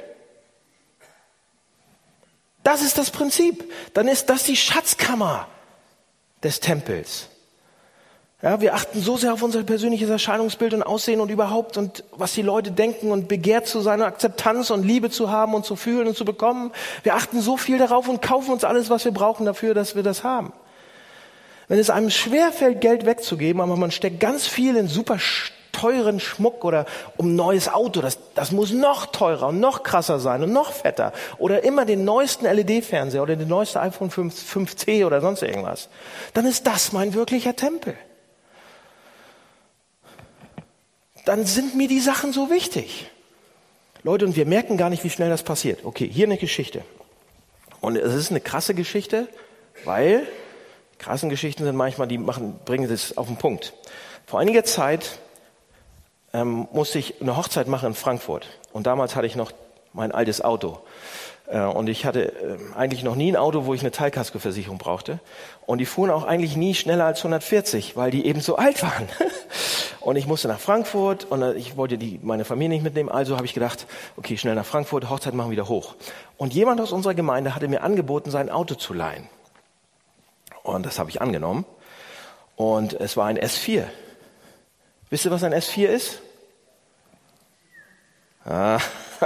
Das ist das Prinzip. Dann ist das die Schatzkammer des Tempels. Ja, wir achten so sehr auf unser persönliches Erscheinungsbild und Aussehen und überhaupt und was die Leute denken und begehrt zu sein, Akzeptanz und Liebe zu haben und zu fühlen und zu bekommen. Wir achten so viel darauf und kaufen uns alles, was wir brauchen dafür, dass wir das haben. Wenn es einem schwerfällt, Geld wegzugeben, aber man steckt ganz viel in super teuren Schmuck oder um ein neues Auto, das, das muss noch teurer und noch krasser sein und noch fetter. Oder immer den neuesten L E D-Fernseher oder den neuesten iPhone fünf C oder sonst irgendwas. Dann ist das mein wirklicher Tempel. Dann sind mir die Sachen so wichtig. Leute, und wir merken gar nicht, wie schnell das passiert. Okay, hier eine Geschichte. Und es ist eine krasse Geschichte, weil krassen Geschichten sind manchmal, die machen, bringen das auf den Punkt. Vor einiger Zeit ähm, musste ich eine Hochzeit machen in Frankfurt. Und damals hatte ich noch mein altes Auto. Äh, und ich hatte äh, eigentlich noch nie ein Auto, wo ich eine Teilkaskoversicherung brauchte. Und die fuhren auch eigentlich nie schneller als hundertvierzig, weil die eben so alt waren. Und ich musste nach Frankfurt und äh, ich wollte die, meine Familie nicht mitnehmen. Also habe ich gedacht, okay, schnell nach Frankfurt, Hochzeit machen, wieder hoch. Und jemand aus unserer Gemeinde hatte mir angeboten, sein Auto zu leihen. Und das habe ich angenommen. Und es war ein S vier. Wisst ihr, was ein S vier ist? Ah,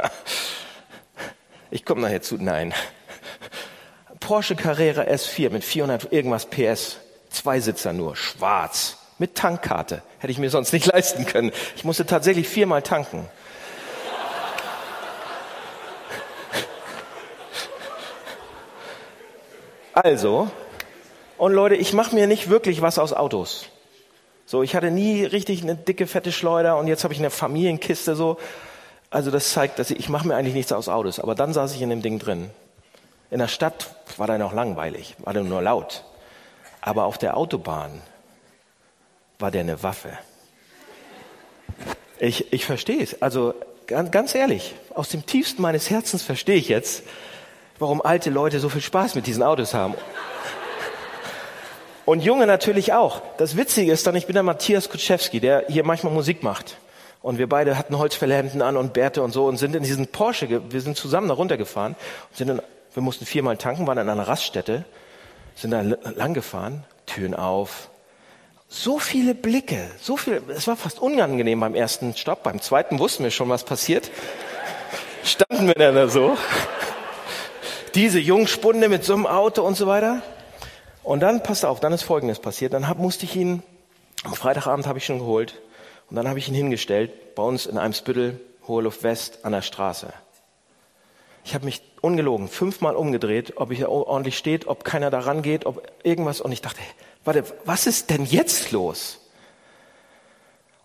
ich komme nachher zu. Nein. Porsche Carrera S vier mit vierhundert irgendwas P S. Zweisitzer nur, schwarz. Mit Tankkarte. Hätte ich mir sonst nicht leisten können. Ich musste tatsächlich viermal tanken. Also, und Leute, ich mache mir nicht wirklich was aus Autos. So, ich hatte nie richtig eine dicke, fette Schleuder und jetzt habe ich eine Familienkiste so. Also das zeigt, dass ich, ich mache mir eigentlich nichts aus Autos. Aber dann saß ich in dem Ding drin. In der Stadt war da noch langweilig, war da nur laut. Aber auf der Autobahn war der eine Waffe. Ich, ich verstehe es. Also ganz, ganz ehrlich, aus dem tiefsten meines Herzens verstehe ich jetzt, warum alte Leute so viel Spaß mit diesen Autos haben. Und Junge natürlich auch. Das Witzige ist dann, ich bin der Matthias Kutschewski, der hier manchmal Musik macht. Und wir beide hatten Holzfällerhemden an und Bärte und so und sind in diesen Porsche, wir sind zusammen da runtergefahren. Und sind dann, wir mussten viermal tanken, waren in einer Raststätte, sind da lang gefahren, Türen auf. So viele Blicke, so viel, es war fast unangenehm beim ersten Stopp. Beim zweiten wussten wir schon, was passiert. Standen wir dann da so. Diese Jungspunde mit so einem Auto und so weiter. Und dann, passt auf, dann ist Folgendes passiert. Dann hab, musste ich ihn, am Freitagabend habe ich schon geholt. Und dann habe ich ihn hingestellt, bei uns in Eimsbüttel, Hohe Luft West, an der Straße. Ich habe mich ungelogen fünfmal umgedreht, ob er ordentlich steht, ob keiner da rangeht, ob irgendwas. Und ich dachte, warte, was ist denn jetzt los?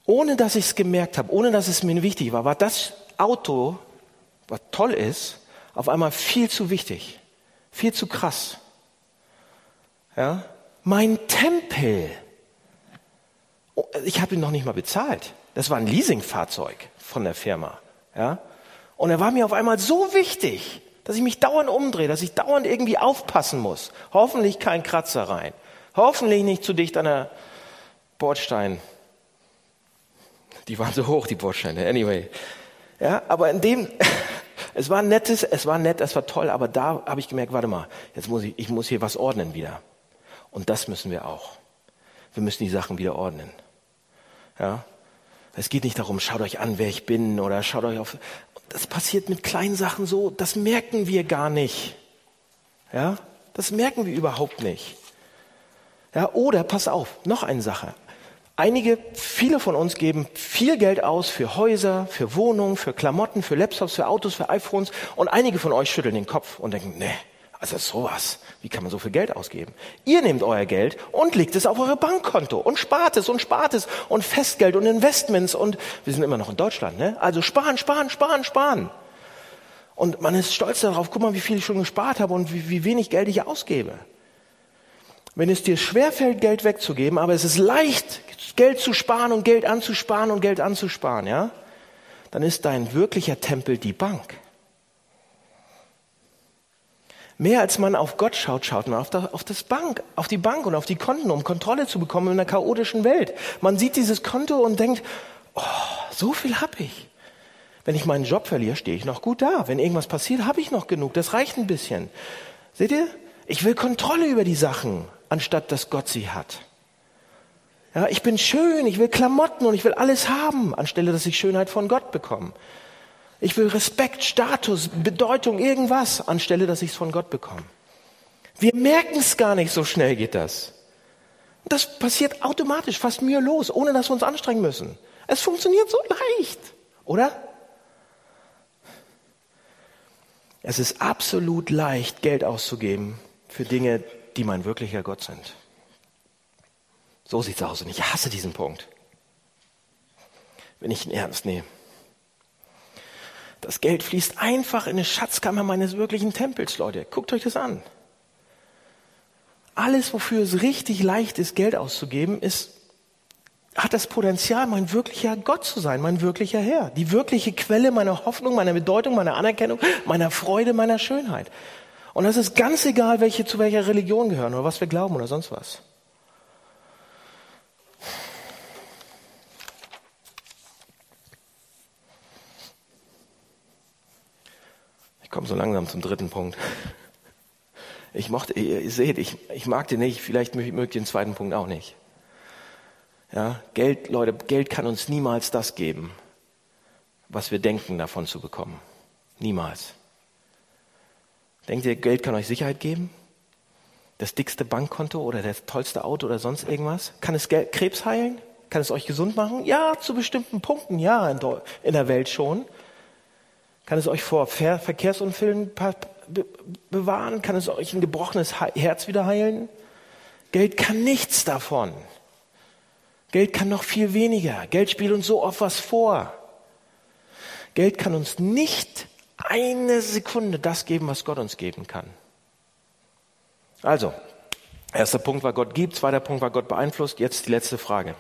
ohne dass ich es gemerkt habe, ohne dass es mir wichtig war, war das Auto, was toll ist, auf einmal viel zu wichtig, viel zu krass. Ja? Mein Tempel, oh, ich habe ihn noch nicht mal bezahlt. Das war ein Leasingfahrzeug von der Firma. Ja? Und er war mir auf einmal so wichtig, dass ich mich dauernd umdrehe, dass ich dauernd irgendwie aufpassen muss. Hoffentlich kein Kratzer rein. Hoffentlich nicht zu dicht an der Bordstein. Die waren so hoch, die Bordsteine. Anyway. Ja, aber in dem, es war ein nettes, es war nett, es war toll, aber da habe ich gemerkt, warte mal, jetzt muss ich, ich muss hier was ordnen wieder. Und das müssen wir auch. Wir müssen die Sachen wieder ordnen. Ja. Es geht nicht darum, schaut euch an, wer ich bin, oder schaut euch auf. Das passiert mit kleinen Sachen so, das merken wir gar nicht. Ja, das merken wir überhaupt nicht. Ja, oder pass auf, noch eine Sache. Einige, viele von uns geben viel Geld aus für Häuser, für Wohnungen, für Klamotten, für Laptops, für Autos, für iPhones. Und einige von euch schütteln den Kopf und denken, nee, also sowas, wie kann man so viel Geld ausgeben? Ihr nehmt euer Geld und legt es auf eure Bankkonto und spart es und spart es und Festgeld und Investments und wir sind immer noch in Deutschland, ne? Also sparen, sparen, sparen, sparen. Und man ist stolz darauf, guck mal, wie viel ich schon gespart habe und wie, wie wenig Geld ich ausgebe. Wenn es dir schwerfällt, Geld wegzugeben, aber es ist leicht, Geld zu sparen und Geld anzusparen und Geld anzusparen, ja, dann ist dein wirklicher Tempel die Bank. Mehr als man auf Gott schaut, schaut man auf, das, auf das Bank, auf die Bank und auf die Konten, um Kontrolle zu bekommen in einer chaotischen Welt. Man sieht dieses Konto und denkt, oh, so viel habe ich. Wenn ich meinen Job verliere, stehe ich noch gut da. Wenn irgendwas passiert, habe ich noch genug. Das reicht ein bisschen. Seht ihr? Ich will Kontrolle über die Sachen, anstatt dass Gott sie hat. Ja, ich bin schön, ich will Klamotten und ich will alles haben, anstelle dass ich Schönheit von Gott bekomme. Ich will Respekt, Status, Bedeutung, irgendwas, anstelle dass ich es von Gott bekomme. Wir merken es gar nicht, so schnell geht das. Und das passiert automatisch, fast mühelos, ohne dass wir uns anstrengen müssen. Es funktioniert so leicht, oder? Es ist absolut leicht, Geld auszugeben für Dinge, die mein wirklicher Gott sind. So sieht's aus und ich hasse diesen Punkt, wenn ich ihn ernst nehme. Das Geld fließt einfach in eine Schatzkammer meines wirklichen Tempels, Leute. Guckt euch das an. Alles, wofür es richtig leicht ist, Geld auszugeben, ist, hat das Potenzial, mein wirklicher Gott zu sein, mein wirklicher Herr. Die wirkliche Quelle meiner Hoffnung, meiner Bedeutung, meiner Anerkennung, meiner Freude, meiner Schönheit. Und das ist ganz egal, welche zu welcher Religion gehören oder was wir glauben oder sonst was. Ich komme so langsam zum dritten Punkt. Ich mochte, ihr, ihr seht, ich, ich mag den nicht, vielleicht mögt ihr den zweiten Punkt auch nicht. Ja, Geld, Leute, Geld kann uns niemals das geben, was wir denken, davon zu bekommen. Niemals. Denkt ihr, Geld kann euch Sicherheit geben? Das dickste Bankkonto oder das tollste Auto oder sonst irgendwas? Kann es Geld, Krebs heilen? Kann es euch gesund machen? Ja, zu bestimmten Punkten, ja, in, in der Welt schon. Kann es euch vor Ver- Verkehrsunfällen be- bewahren? Kann es euch ein gebrochenes Herz wieder heilen? Geld kann nichts davon. Geld kann noch viel weniger. Geld spielt uns so oft was vor. Geld kann uns nicht eine Sekunde das geben, was Gott uns geben kann. Also, erster Punkt war, Gott gibt. Zweiter Punkt war, Gott beeinflusst. Jetzt die letzte Frage.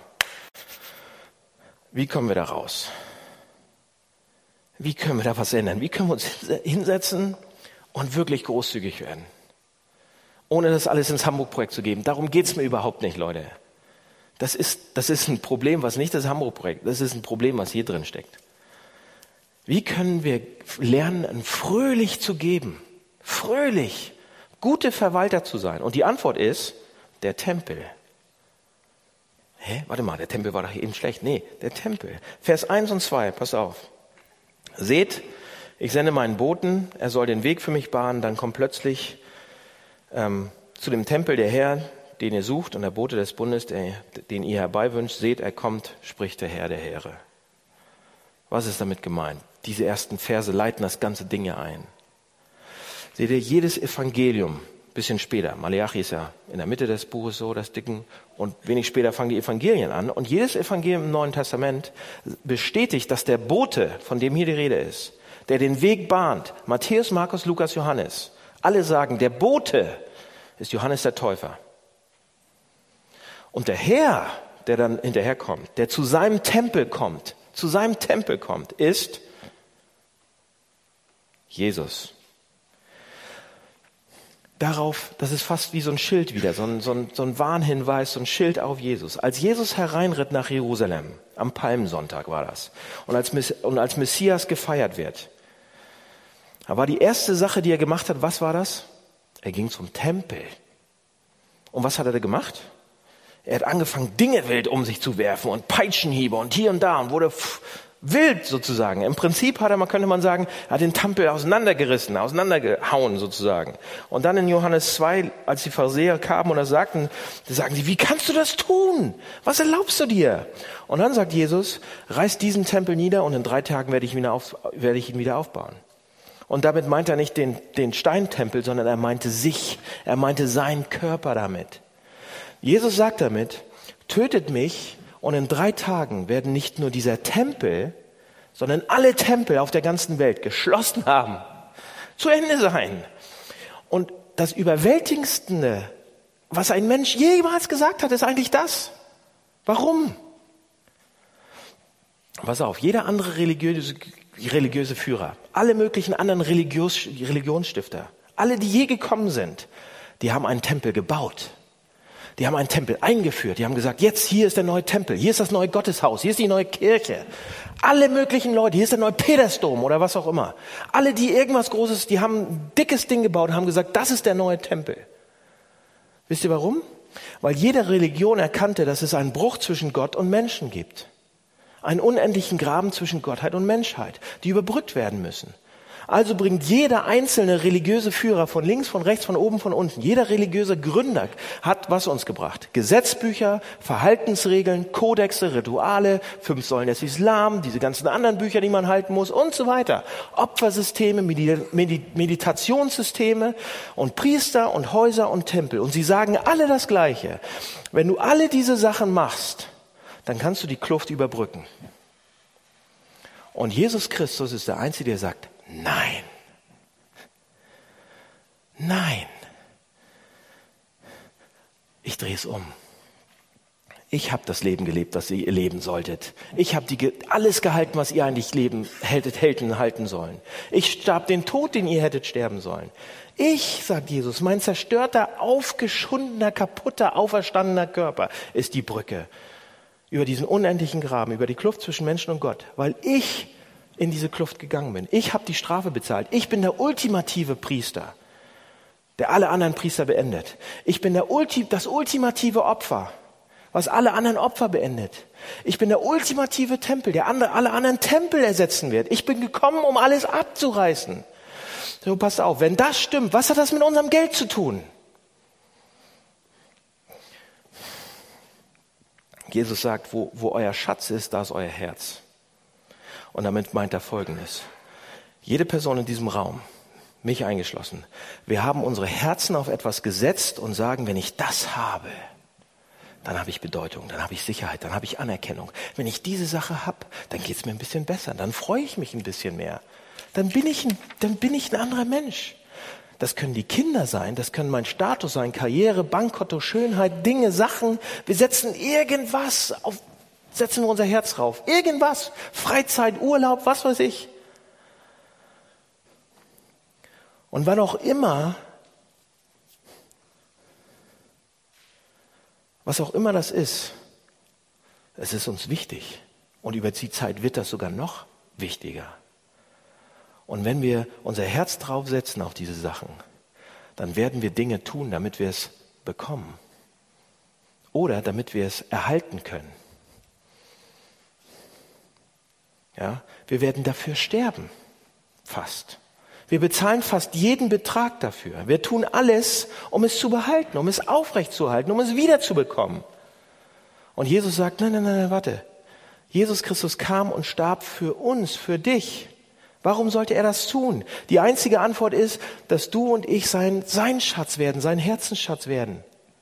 Wie kommen wir da raus? Wie können wir da was ändern? Wie können wir uns hinsetzen und wirklich großzügig werden? Ohne das alles ins Hamburg-Projekt zu geben. Darum geht es mir überhaupt nicht, Leute. Das ist, das ist ein Problem, was nicht das Hamburg-Projekt, das ist ein Problem, was hier drin steckt. Wie können wir lernen, fröhlich zu geben? Fröhlich, gute Verwalter zu sein. Und die Antwort ist, der Tempel. Hä? Warte mal, der Tempel war doch eben schlecht. Nee, der Tempel. Vers eins und zwei, pass auf. Seht, ich sende meinen Boten, er soll den Weg für mich bahnen, dann kommt plötzlich ähm, zu dem Tempel der Herr, den ihr sucht, und der Bote des Bundes, der, den ihr herbeiwünscht, seht, er kommt, spricht der Herr der Heere. Was ist damit gemeint? Diese ersten Verse leiten das ganze Ding ja ein. Seht ihr, jedes Evangelium bisschen später. Maleachi ist ja in der Mitte des Buches so, das Dicken. Und wenig später fangen die Evangelien an. Und jedes Evangelium im Neuen Testament bestätigt, dass der Bote, von dem hier die Rede ist, der den Weg bahnt, Matthäus, Markus, Lukas, Johannes, alle sagen, der Bote ist Johannes der Täufer. Und der Herr, der dann hinterherkommt, der zu seinem Tempel kommt, zu seinem Tempel kommt, ist Jesus. Darauf, das ist fast wie so ein Schild wieder, so ein, so, ein, so ein Warnhinweis, so ein Schild auf Jesus. Als Jesus hereinritt nach Jerusalem, am Palmsonntag war das, und als, und als Messias gefeiert wird, da war die erste Sache, die er gemacht hat, was war das? Er ging zum Tempel. Und was hat er da gemacht? Er hat angefangen, Dinge wild um sich zu werfen und Peitschenhiebe und hier und da und wurde pff, wild sozusagen. Im Prinzip hat er, man könnte man sagen, er hat den Tempel auseinandergerissen, auseinandergehauen sozusagen. Und dann in Johannes zwei, als die Pharisäer kamen und er sagten, da sagen sie, wie kannst du das tun? Was erlaubst du dir? Und dann sagt Jesus, reiß diesen Tempel nieder und in drei Tagen werde ich ihn wieder, auf, werde ich ihn wieder aufbauen. Und damit meint er nicht den, den Steintempel, sondern er meinte sich. Er meinte seinen Körper damit. Jesus sagt damit, tötet mich und in drei Tagen werden nicht nur dieser Tempel, sondern alle Tempel auf der ganzen Welt geschlossen haben, zu Ende sein. Und das Überwältigendste, was ein Mensch jemals gesagt hat, ist eigentlich das. Warum? Pass auf, jeder andere religiöse, religiöse Führer, alle möglichen anderen Religios, Religionsstifter, alle, die je gekommen sind, die haben einen Tempel gebaut. Die haben einen Tempel eingeführt. Die haben gesagt, jetzt hier ist der neue Tempel, hier ist das neue Gotteshaus, hier ist die neue Kirche. Alle möglichen Leute, hier ist der neue Petersdom oder was auch immer. Alle, die irgendwas Großes, die haben ein dickes Ding gebaut und haben gesagt, das ist der neue Tempel. Wisst ihr warum? Weil jede Religion erkannte, dass es einen Bruch zwischen Gott und Menschen gibt. Einen unendlichen Graben zwischen Gottheit und Menschheit, die überbrückt werden müssen. Also bringt jeder einzelne religiöse Führer von links, von rechts, von oben, von unten, jeder religiöse Gründer hat was uns gebracht. Gesetzbücher, Verhaltensregeln, Kodexe, Rituale, fünf Säulen des Islam, diese ganzen anderen Bücher, die man halten muss und so weiter. Opfersysteme, Meditationssysteme und Priester und Häuser und Tempel. Und sie sagen alle das Gleiche. Wenn du alle diese Sachen machst, dann kannst du die Kluft überbrücken. Und Jesus Christus ist der Einzige, der sagt, nein. Nein. Ich drehe es um. Ich habe das Leben gelebt, das ihr leben solltet. Ich habe die, alles gehalten, was ihr eigentlich leben, hättet, hätten, halten sollen. Ich starb den Tod, den ihr hättet sterben sollen. Ich, sagt Jesus, mein zerstörter, aufgeschundener, kaputter, auferstandener Körper ist die Brücke über diesen unendlichen Graben, über die Kluft zwischen Menschen und Gott, weil ich in diese Kluft gegangen bin. Ich habe die Strafe bezahlt. Ich bin der ultimative Priester, der alle anderen Priester beendet. Ich bin der Ulti, das ultimative Opfer, was alle anderen Opfer beendet. Ich bin der ultimative Tempel, der andere, alle anderen Tempel ersetzen wird. Ich bin gekommen, um alles abzureißen. So, passt auf, wenn das stimmt, was hat das mit unserem Geld zu tun? Jesus sagt, wo, wo euer Schatz ist, da ist euer Herz. Und damit meint er Folgendes. Jede Person in diesem Raum, mich eingeschlossen, wir haben unsere Herzen auf etwas gesetzt und sagen, wenn ich das habe, dann habe ich Bedeutung, dann habe ich Sicherheit, dann habe ich Anerkennung. Wenn ich diese Sache habe, dann geht es mir ein bisschen besser, dann freue ich mich ein bisschen mehr. Dann bin ich ein, dann bin ich ein anderer Mensch. Das können die Kinder sein, das können mein Status sein, Karriere, Bankkonto, Schönheit, Dinge, Sachen. Wir setzen irgendwas auf, setzen wir unser Herz drauf. Irgendwas. Freizeit, Urlaub, was weiß ich. Und wann auch immer, was auch immer das ist, es ist uns wichtig. Und über die Zeit wird das sogar noch wichtiger. Und wenn wir unser Herz draufsetzen auf diese Sachen, dann werden wir Dinge tun, damit wir es bekommen. Oder damit wir es erhalten können. Ja, wir werden dafür sterben. Fast. Wir bezahlen fast jeden Betrag dafür. Wir tun alles, um es zu behalten, um es aufrechtzuerhalten, um es wiederzubekommen. Und Jesus sagt, nein, nein, nein, warte. Jesus Christus kam und starb für uns, für dich. Warum sollte er das tun? Die einzige Antwort ist, dass du und ich sein, sein Schatz werden, sein Herzensschatz werden.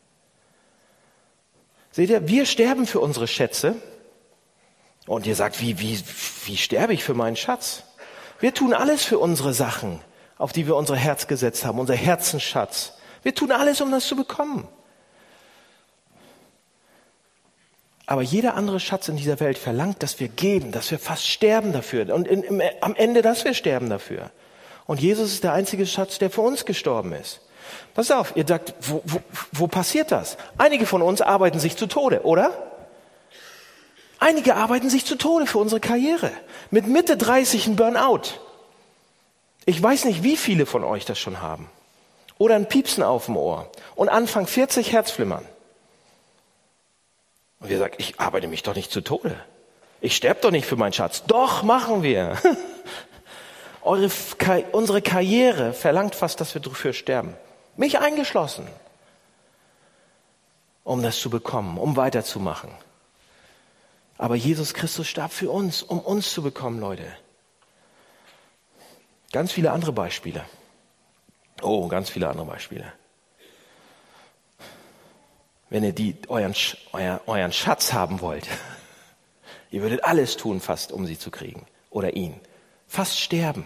Seht ihr, wir sterben für unsere Schätze. Und ihr sagt, wie, wie, wie sterbe ich für meinen Schatz? Wir tun alles für unsere Sachen, auf die wir unser Herz gesetzt haben, unser Herzensschatz. Wir tun alles, um das zu bekommen. Aber jeder andere Schatz in dieser Welt verlangt, dass wir geben, dass wir fast sterben dafür. Und in, im, am Ende, dass wir sterben dafür. Und Jesus ist der einzige Schatz, der für uns gestorben ist. Pass auf, ihr sagt, wo, wo, wo passiert das? Einige von uns arbeiten sich zu Tode, oder? Einige arbeiten sich zu Tode für unsere Karriere. Mit Mitte dreißig ein Burnout. Ich weiß nicht, wie viele von euch das schon haben. Oder ein Piepsen auf dem Ohr. Und Anfang vierzig Herzflimmern. Und wir sagen, ich arbeite mich doch nicht zu Tode. Ich sterbe doch nicht für meinen Schatz. Doch, machen wir. Eure, unsere Karriere verlangt fast, dass wir dafür sterben. Mich eingeschlossen. Um das zu bekommen, um weiterzumachen. Aber Jesus Christus starb für uns, um uns zu bekommen, Leute. Ganz viele andere Beispiele. Oh, ganz viele andere Beispiele. Wenn ihr die, euren, euer, euren Schatz haben wollt, ihr würdet alles tun fast, um sie zu kriegen. Oder ihn. Fast sterben.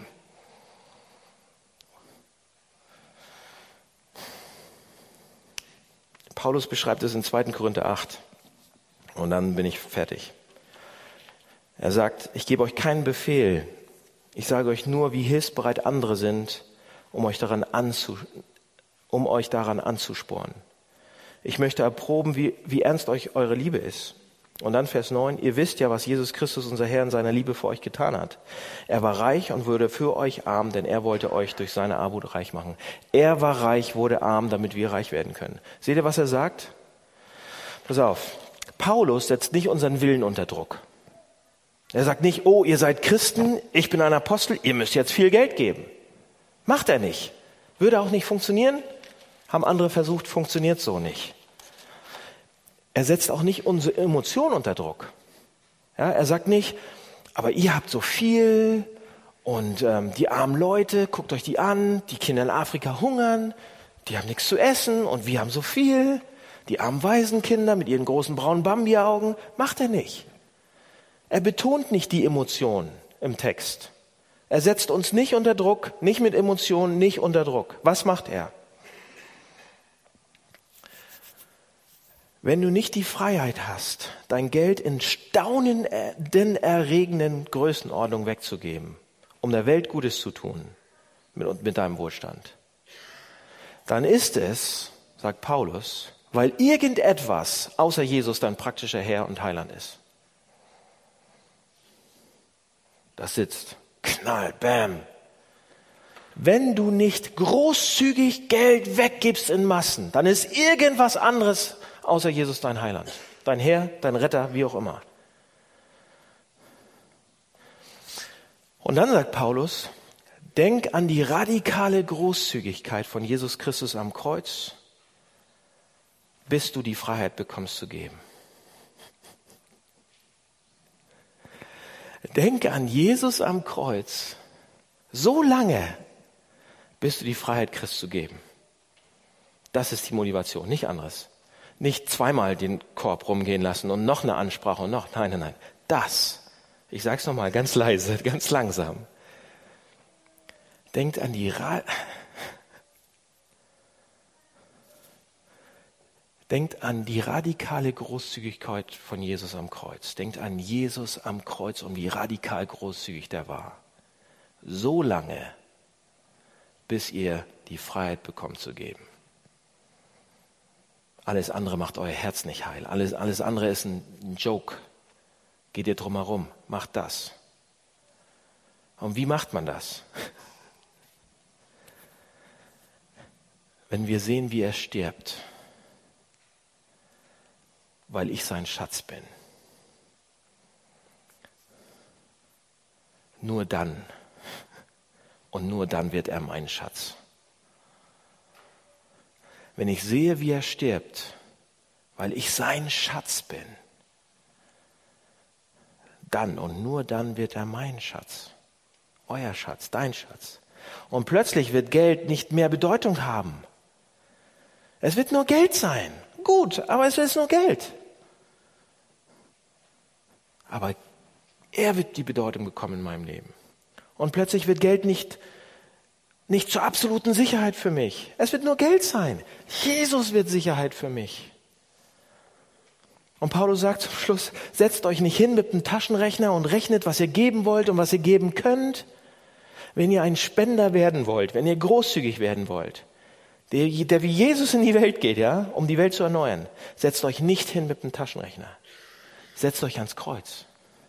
Paulus beschreibt es in zweiten Korinther acht. Und dann bin ich fertig. Er sagt, ich gebe euch keinen Befehl. Ich sage euch nur, wie hilfsbereit andere sind, um euch daran, anzu, um euch daran anzuspornen. Ich möchte erproben, wie, wie ernst euch eure Liebe ist. Und dann Vers neun, ihr wisst ja, was Jesus Christus, unser Herr, in seiner Liebe für euch getan hat. Er war reich und wurde für euch arm, denn er wollte euch durch seine Armut reich machen. Er war reich, wurde arm, damit wir reich werden können. Seht ihr, was er sagt? Pass auf, Paulus setzt nicht unseren Willen unter Druck. Er sagt nicht, oh, ihr seid Christen, ich bin ein Apostel, ihr müsst jetzt viel Geld geben. Macht er nicht. Würde auch nicht funktionieren. Haben andere versucht, funktioniert so nicht. Er setzt auch nicht unsere Emotionen unter Druck. Ja, er sagt nicht, aber ihr habt so viel und ähm, die armen Leute, guckt euch die an, die Kinder in Afrika hungern, die haben nichts zu essen und wir haben so viel. Die armen Waisenkinder mit ihren großen braunen Bambi-Augen, macht er nicht. Er betont nicht die Emotionen im Text. Er setzt uns nicht unter Druck, nicht mit Emotionen, nicht unter Druck. Was macht er? Wenn du nicht die Freiheit hast, dein Geld in staunenerregenden Größenordnung wegzugeben, um der Welt Gutes zu tun, mit, mit deinem Wohlstand, dann ist es, sagt Paulus, weil irgendetwas außer Jesus dein praktischer Herr und Heiland ist. Das sitzt. Knall, bam. Wenn du nicht großzügig Geld weggibst in Massen, dann ist irgendwas anderes außer Jesus dein Heiland, dein Herr, dein Retter, wie auch immer. Und dann sagt Paulus, denk an die radikale Großzügigkeit von Jesus Christus am Kreuz, bis du die Freiheit bekommst zu geben. Denke an Jesus am Kreuz so lange, bis du die Freiheit kriegst zu geben. Das ist die Motivation, nicht anderes. Nicht zweimal den Korb rumgehen lassen und noch eine Ansprache und noch. Nein, nein, nein. Das, ich sage es nochmal ganz leise, ganz langsam. Denkt an die Ra- Denkt an die radikale Großzügigkeit von Jesus am Kreuz. Denkt an Jesus am Kreuz und wie radikal großzügig der war. So lange, bis ihr die Freiheit bekommt zu geben. Alles andere macht euer Herz nicht heil. Alles, alles andere ist ein, ein Joke. Geht ihr drum herum. Macht das. Und wie macht man das? Wenn wir sehen, wie er stirbt, weil ich sein Schatz bin. Nur dann und nur dann wird er mein Schatz. Wenn ich sehe, wie er stirbt, weil ich sein Schatz bin, dann und nur dann wird er mein Schatz. euer Schatz, dein Schatz. Und plötzlich wird Geld nicht mehr Bedeutung haben. Es wird nur Geld sein. Gut, aber es ist nur Geld. Aber er wird die Bedeutung bekommen in meinem Leben. Und plötzlich wird Geld nicht, nicht zur absoluten Sicherheit für mich. Es wird nur Geld sein. Jesus wird Sicherheit für mich. Und Paulus sagt zum Schluss, setzt euch nicht hin mit einem Taschenrechner und rechnet, was ihr geben wollt und was ihr geben könnt. Wenn ihr ein Spender werden wollt, wenn ihr großzügig werden wollt, der, der wie Jesus in die Welt geht, ja, um die Welt zu erneuern, setzt euch nicht hin mit einem Taschenrechner. Setzt euch ans Kreuz.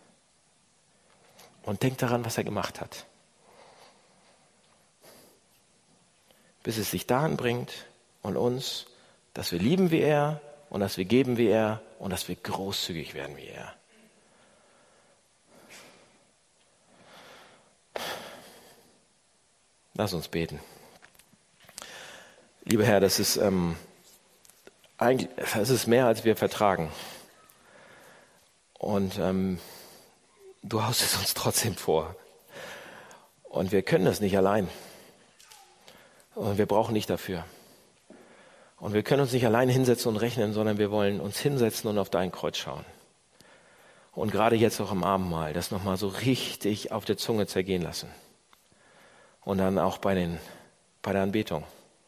Und denkt daran, was er gemacht hat. Bis es sich dahin bringt und uns, dass wir lieben wie er und dass wir geben wie er und dass wir großzügig werden wie er. Lass uns beten. Lieber Herr, das ist, ähm, eigentlich, das ist mehr, als wir vertragen. Und ähm, du haust es uns trotzdem vor. Und wir können das nicht allein. Und wir brauchen dich dafür. Und wir können uns nicht allein hinsetzen und rechnen, sondern wir wollen uns hinsetzen und auf dein Kreuz schauen. Und gerade jetzt auch im Abendmahl, das nochmal so richtig auf der Zunge zergehen lassen. Und dann auch bei, den, bei der Anbetung.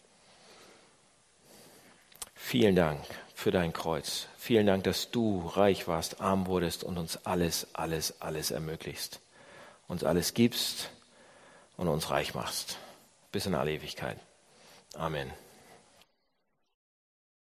Vielen Dank für dein Kreuz. Vielen Dank, dass du reich warst, arm wurdest und uns alles, alles, alles ermöglichst. Uns alles gibst und uns reich machst. Bis in alle Ewigkeit. Amen.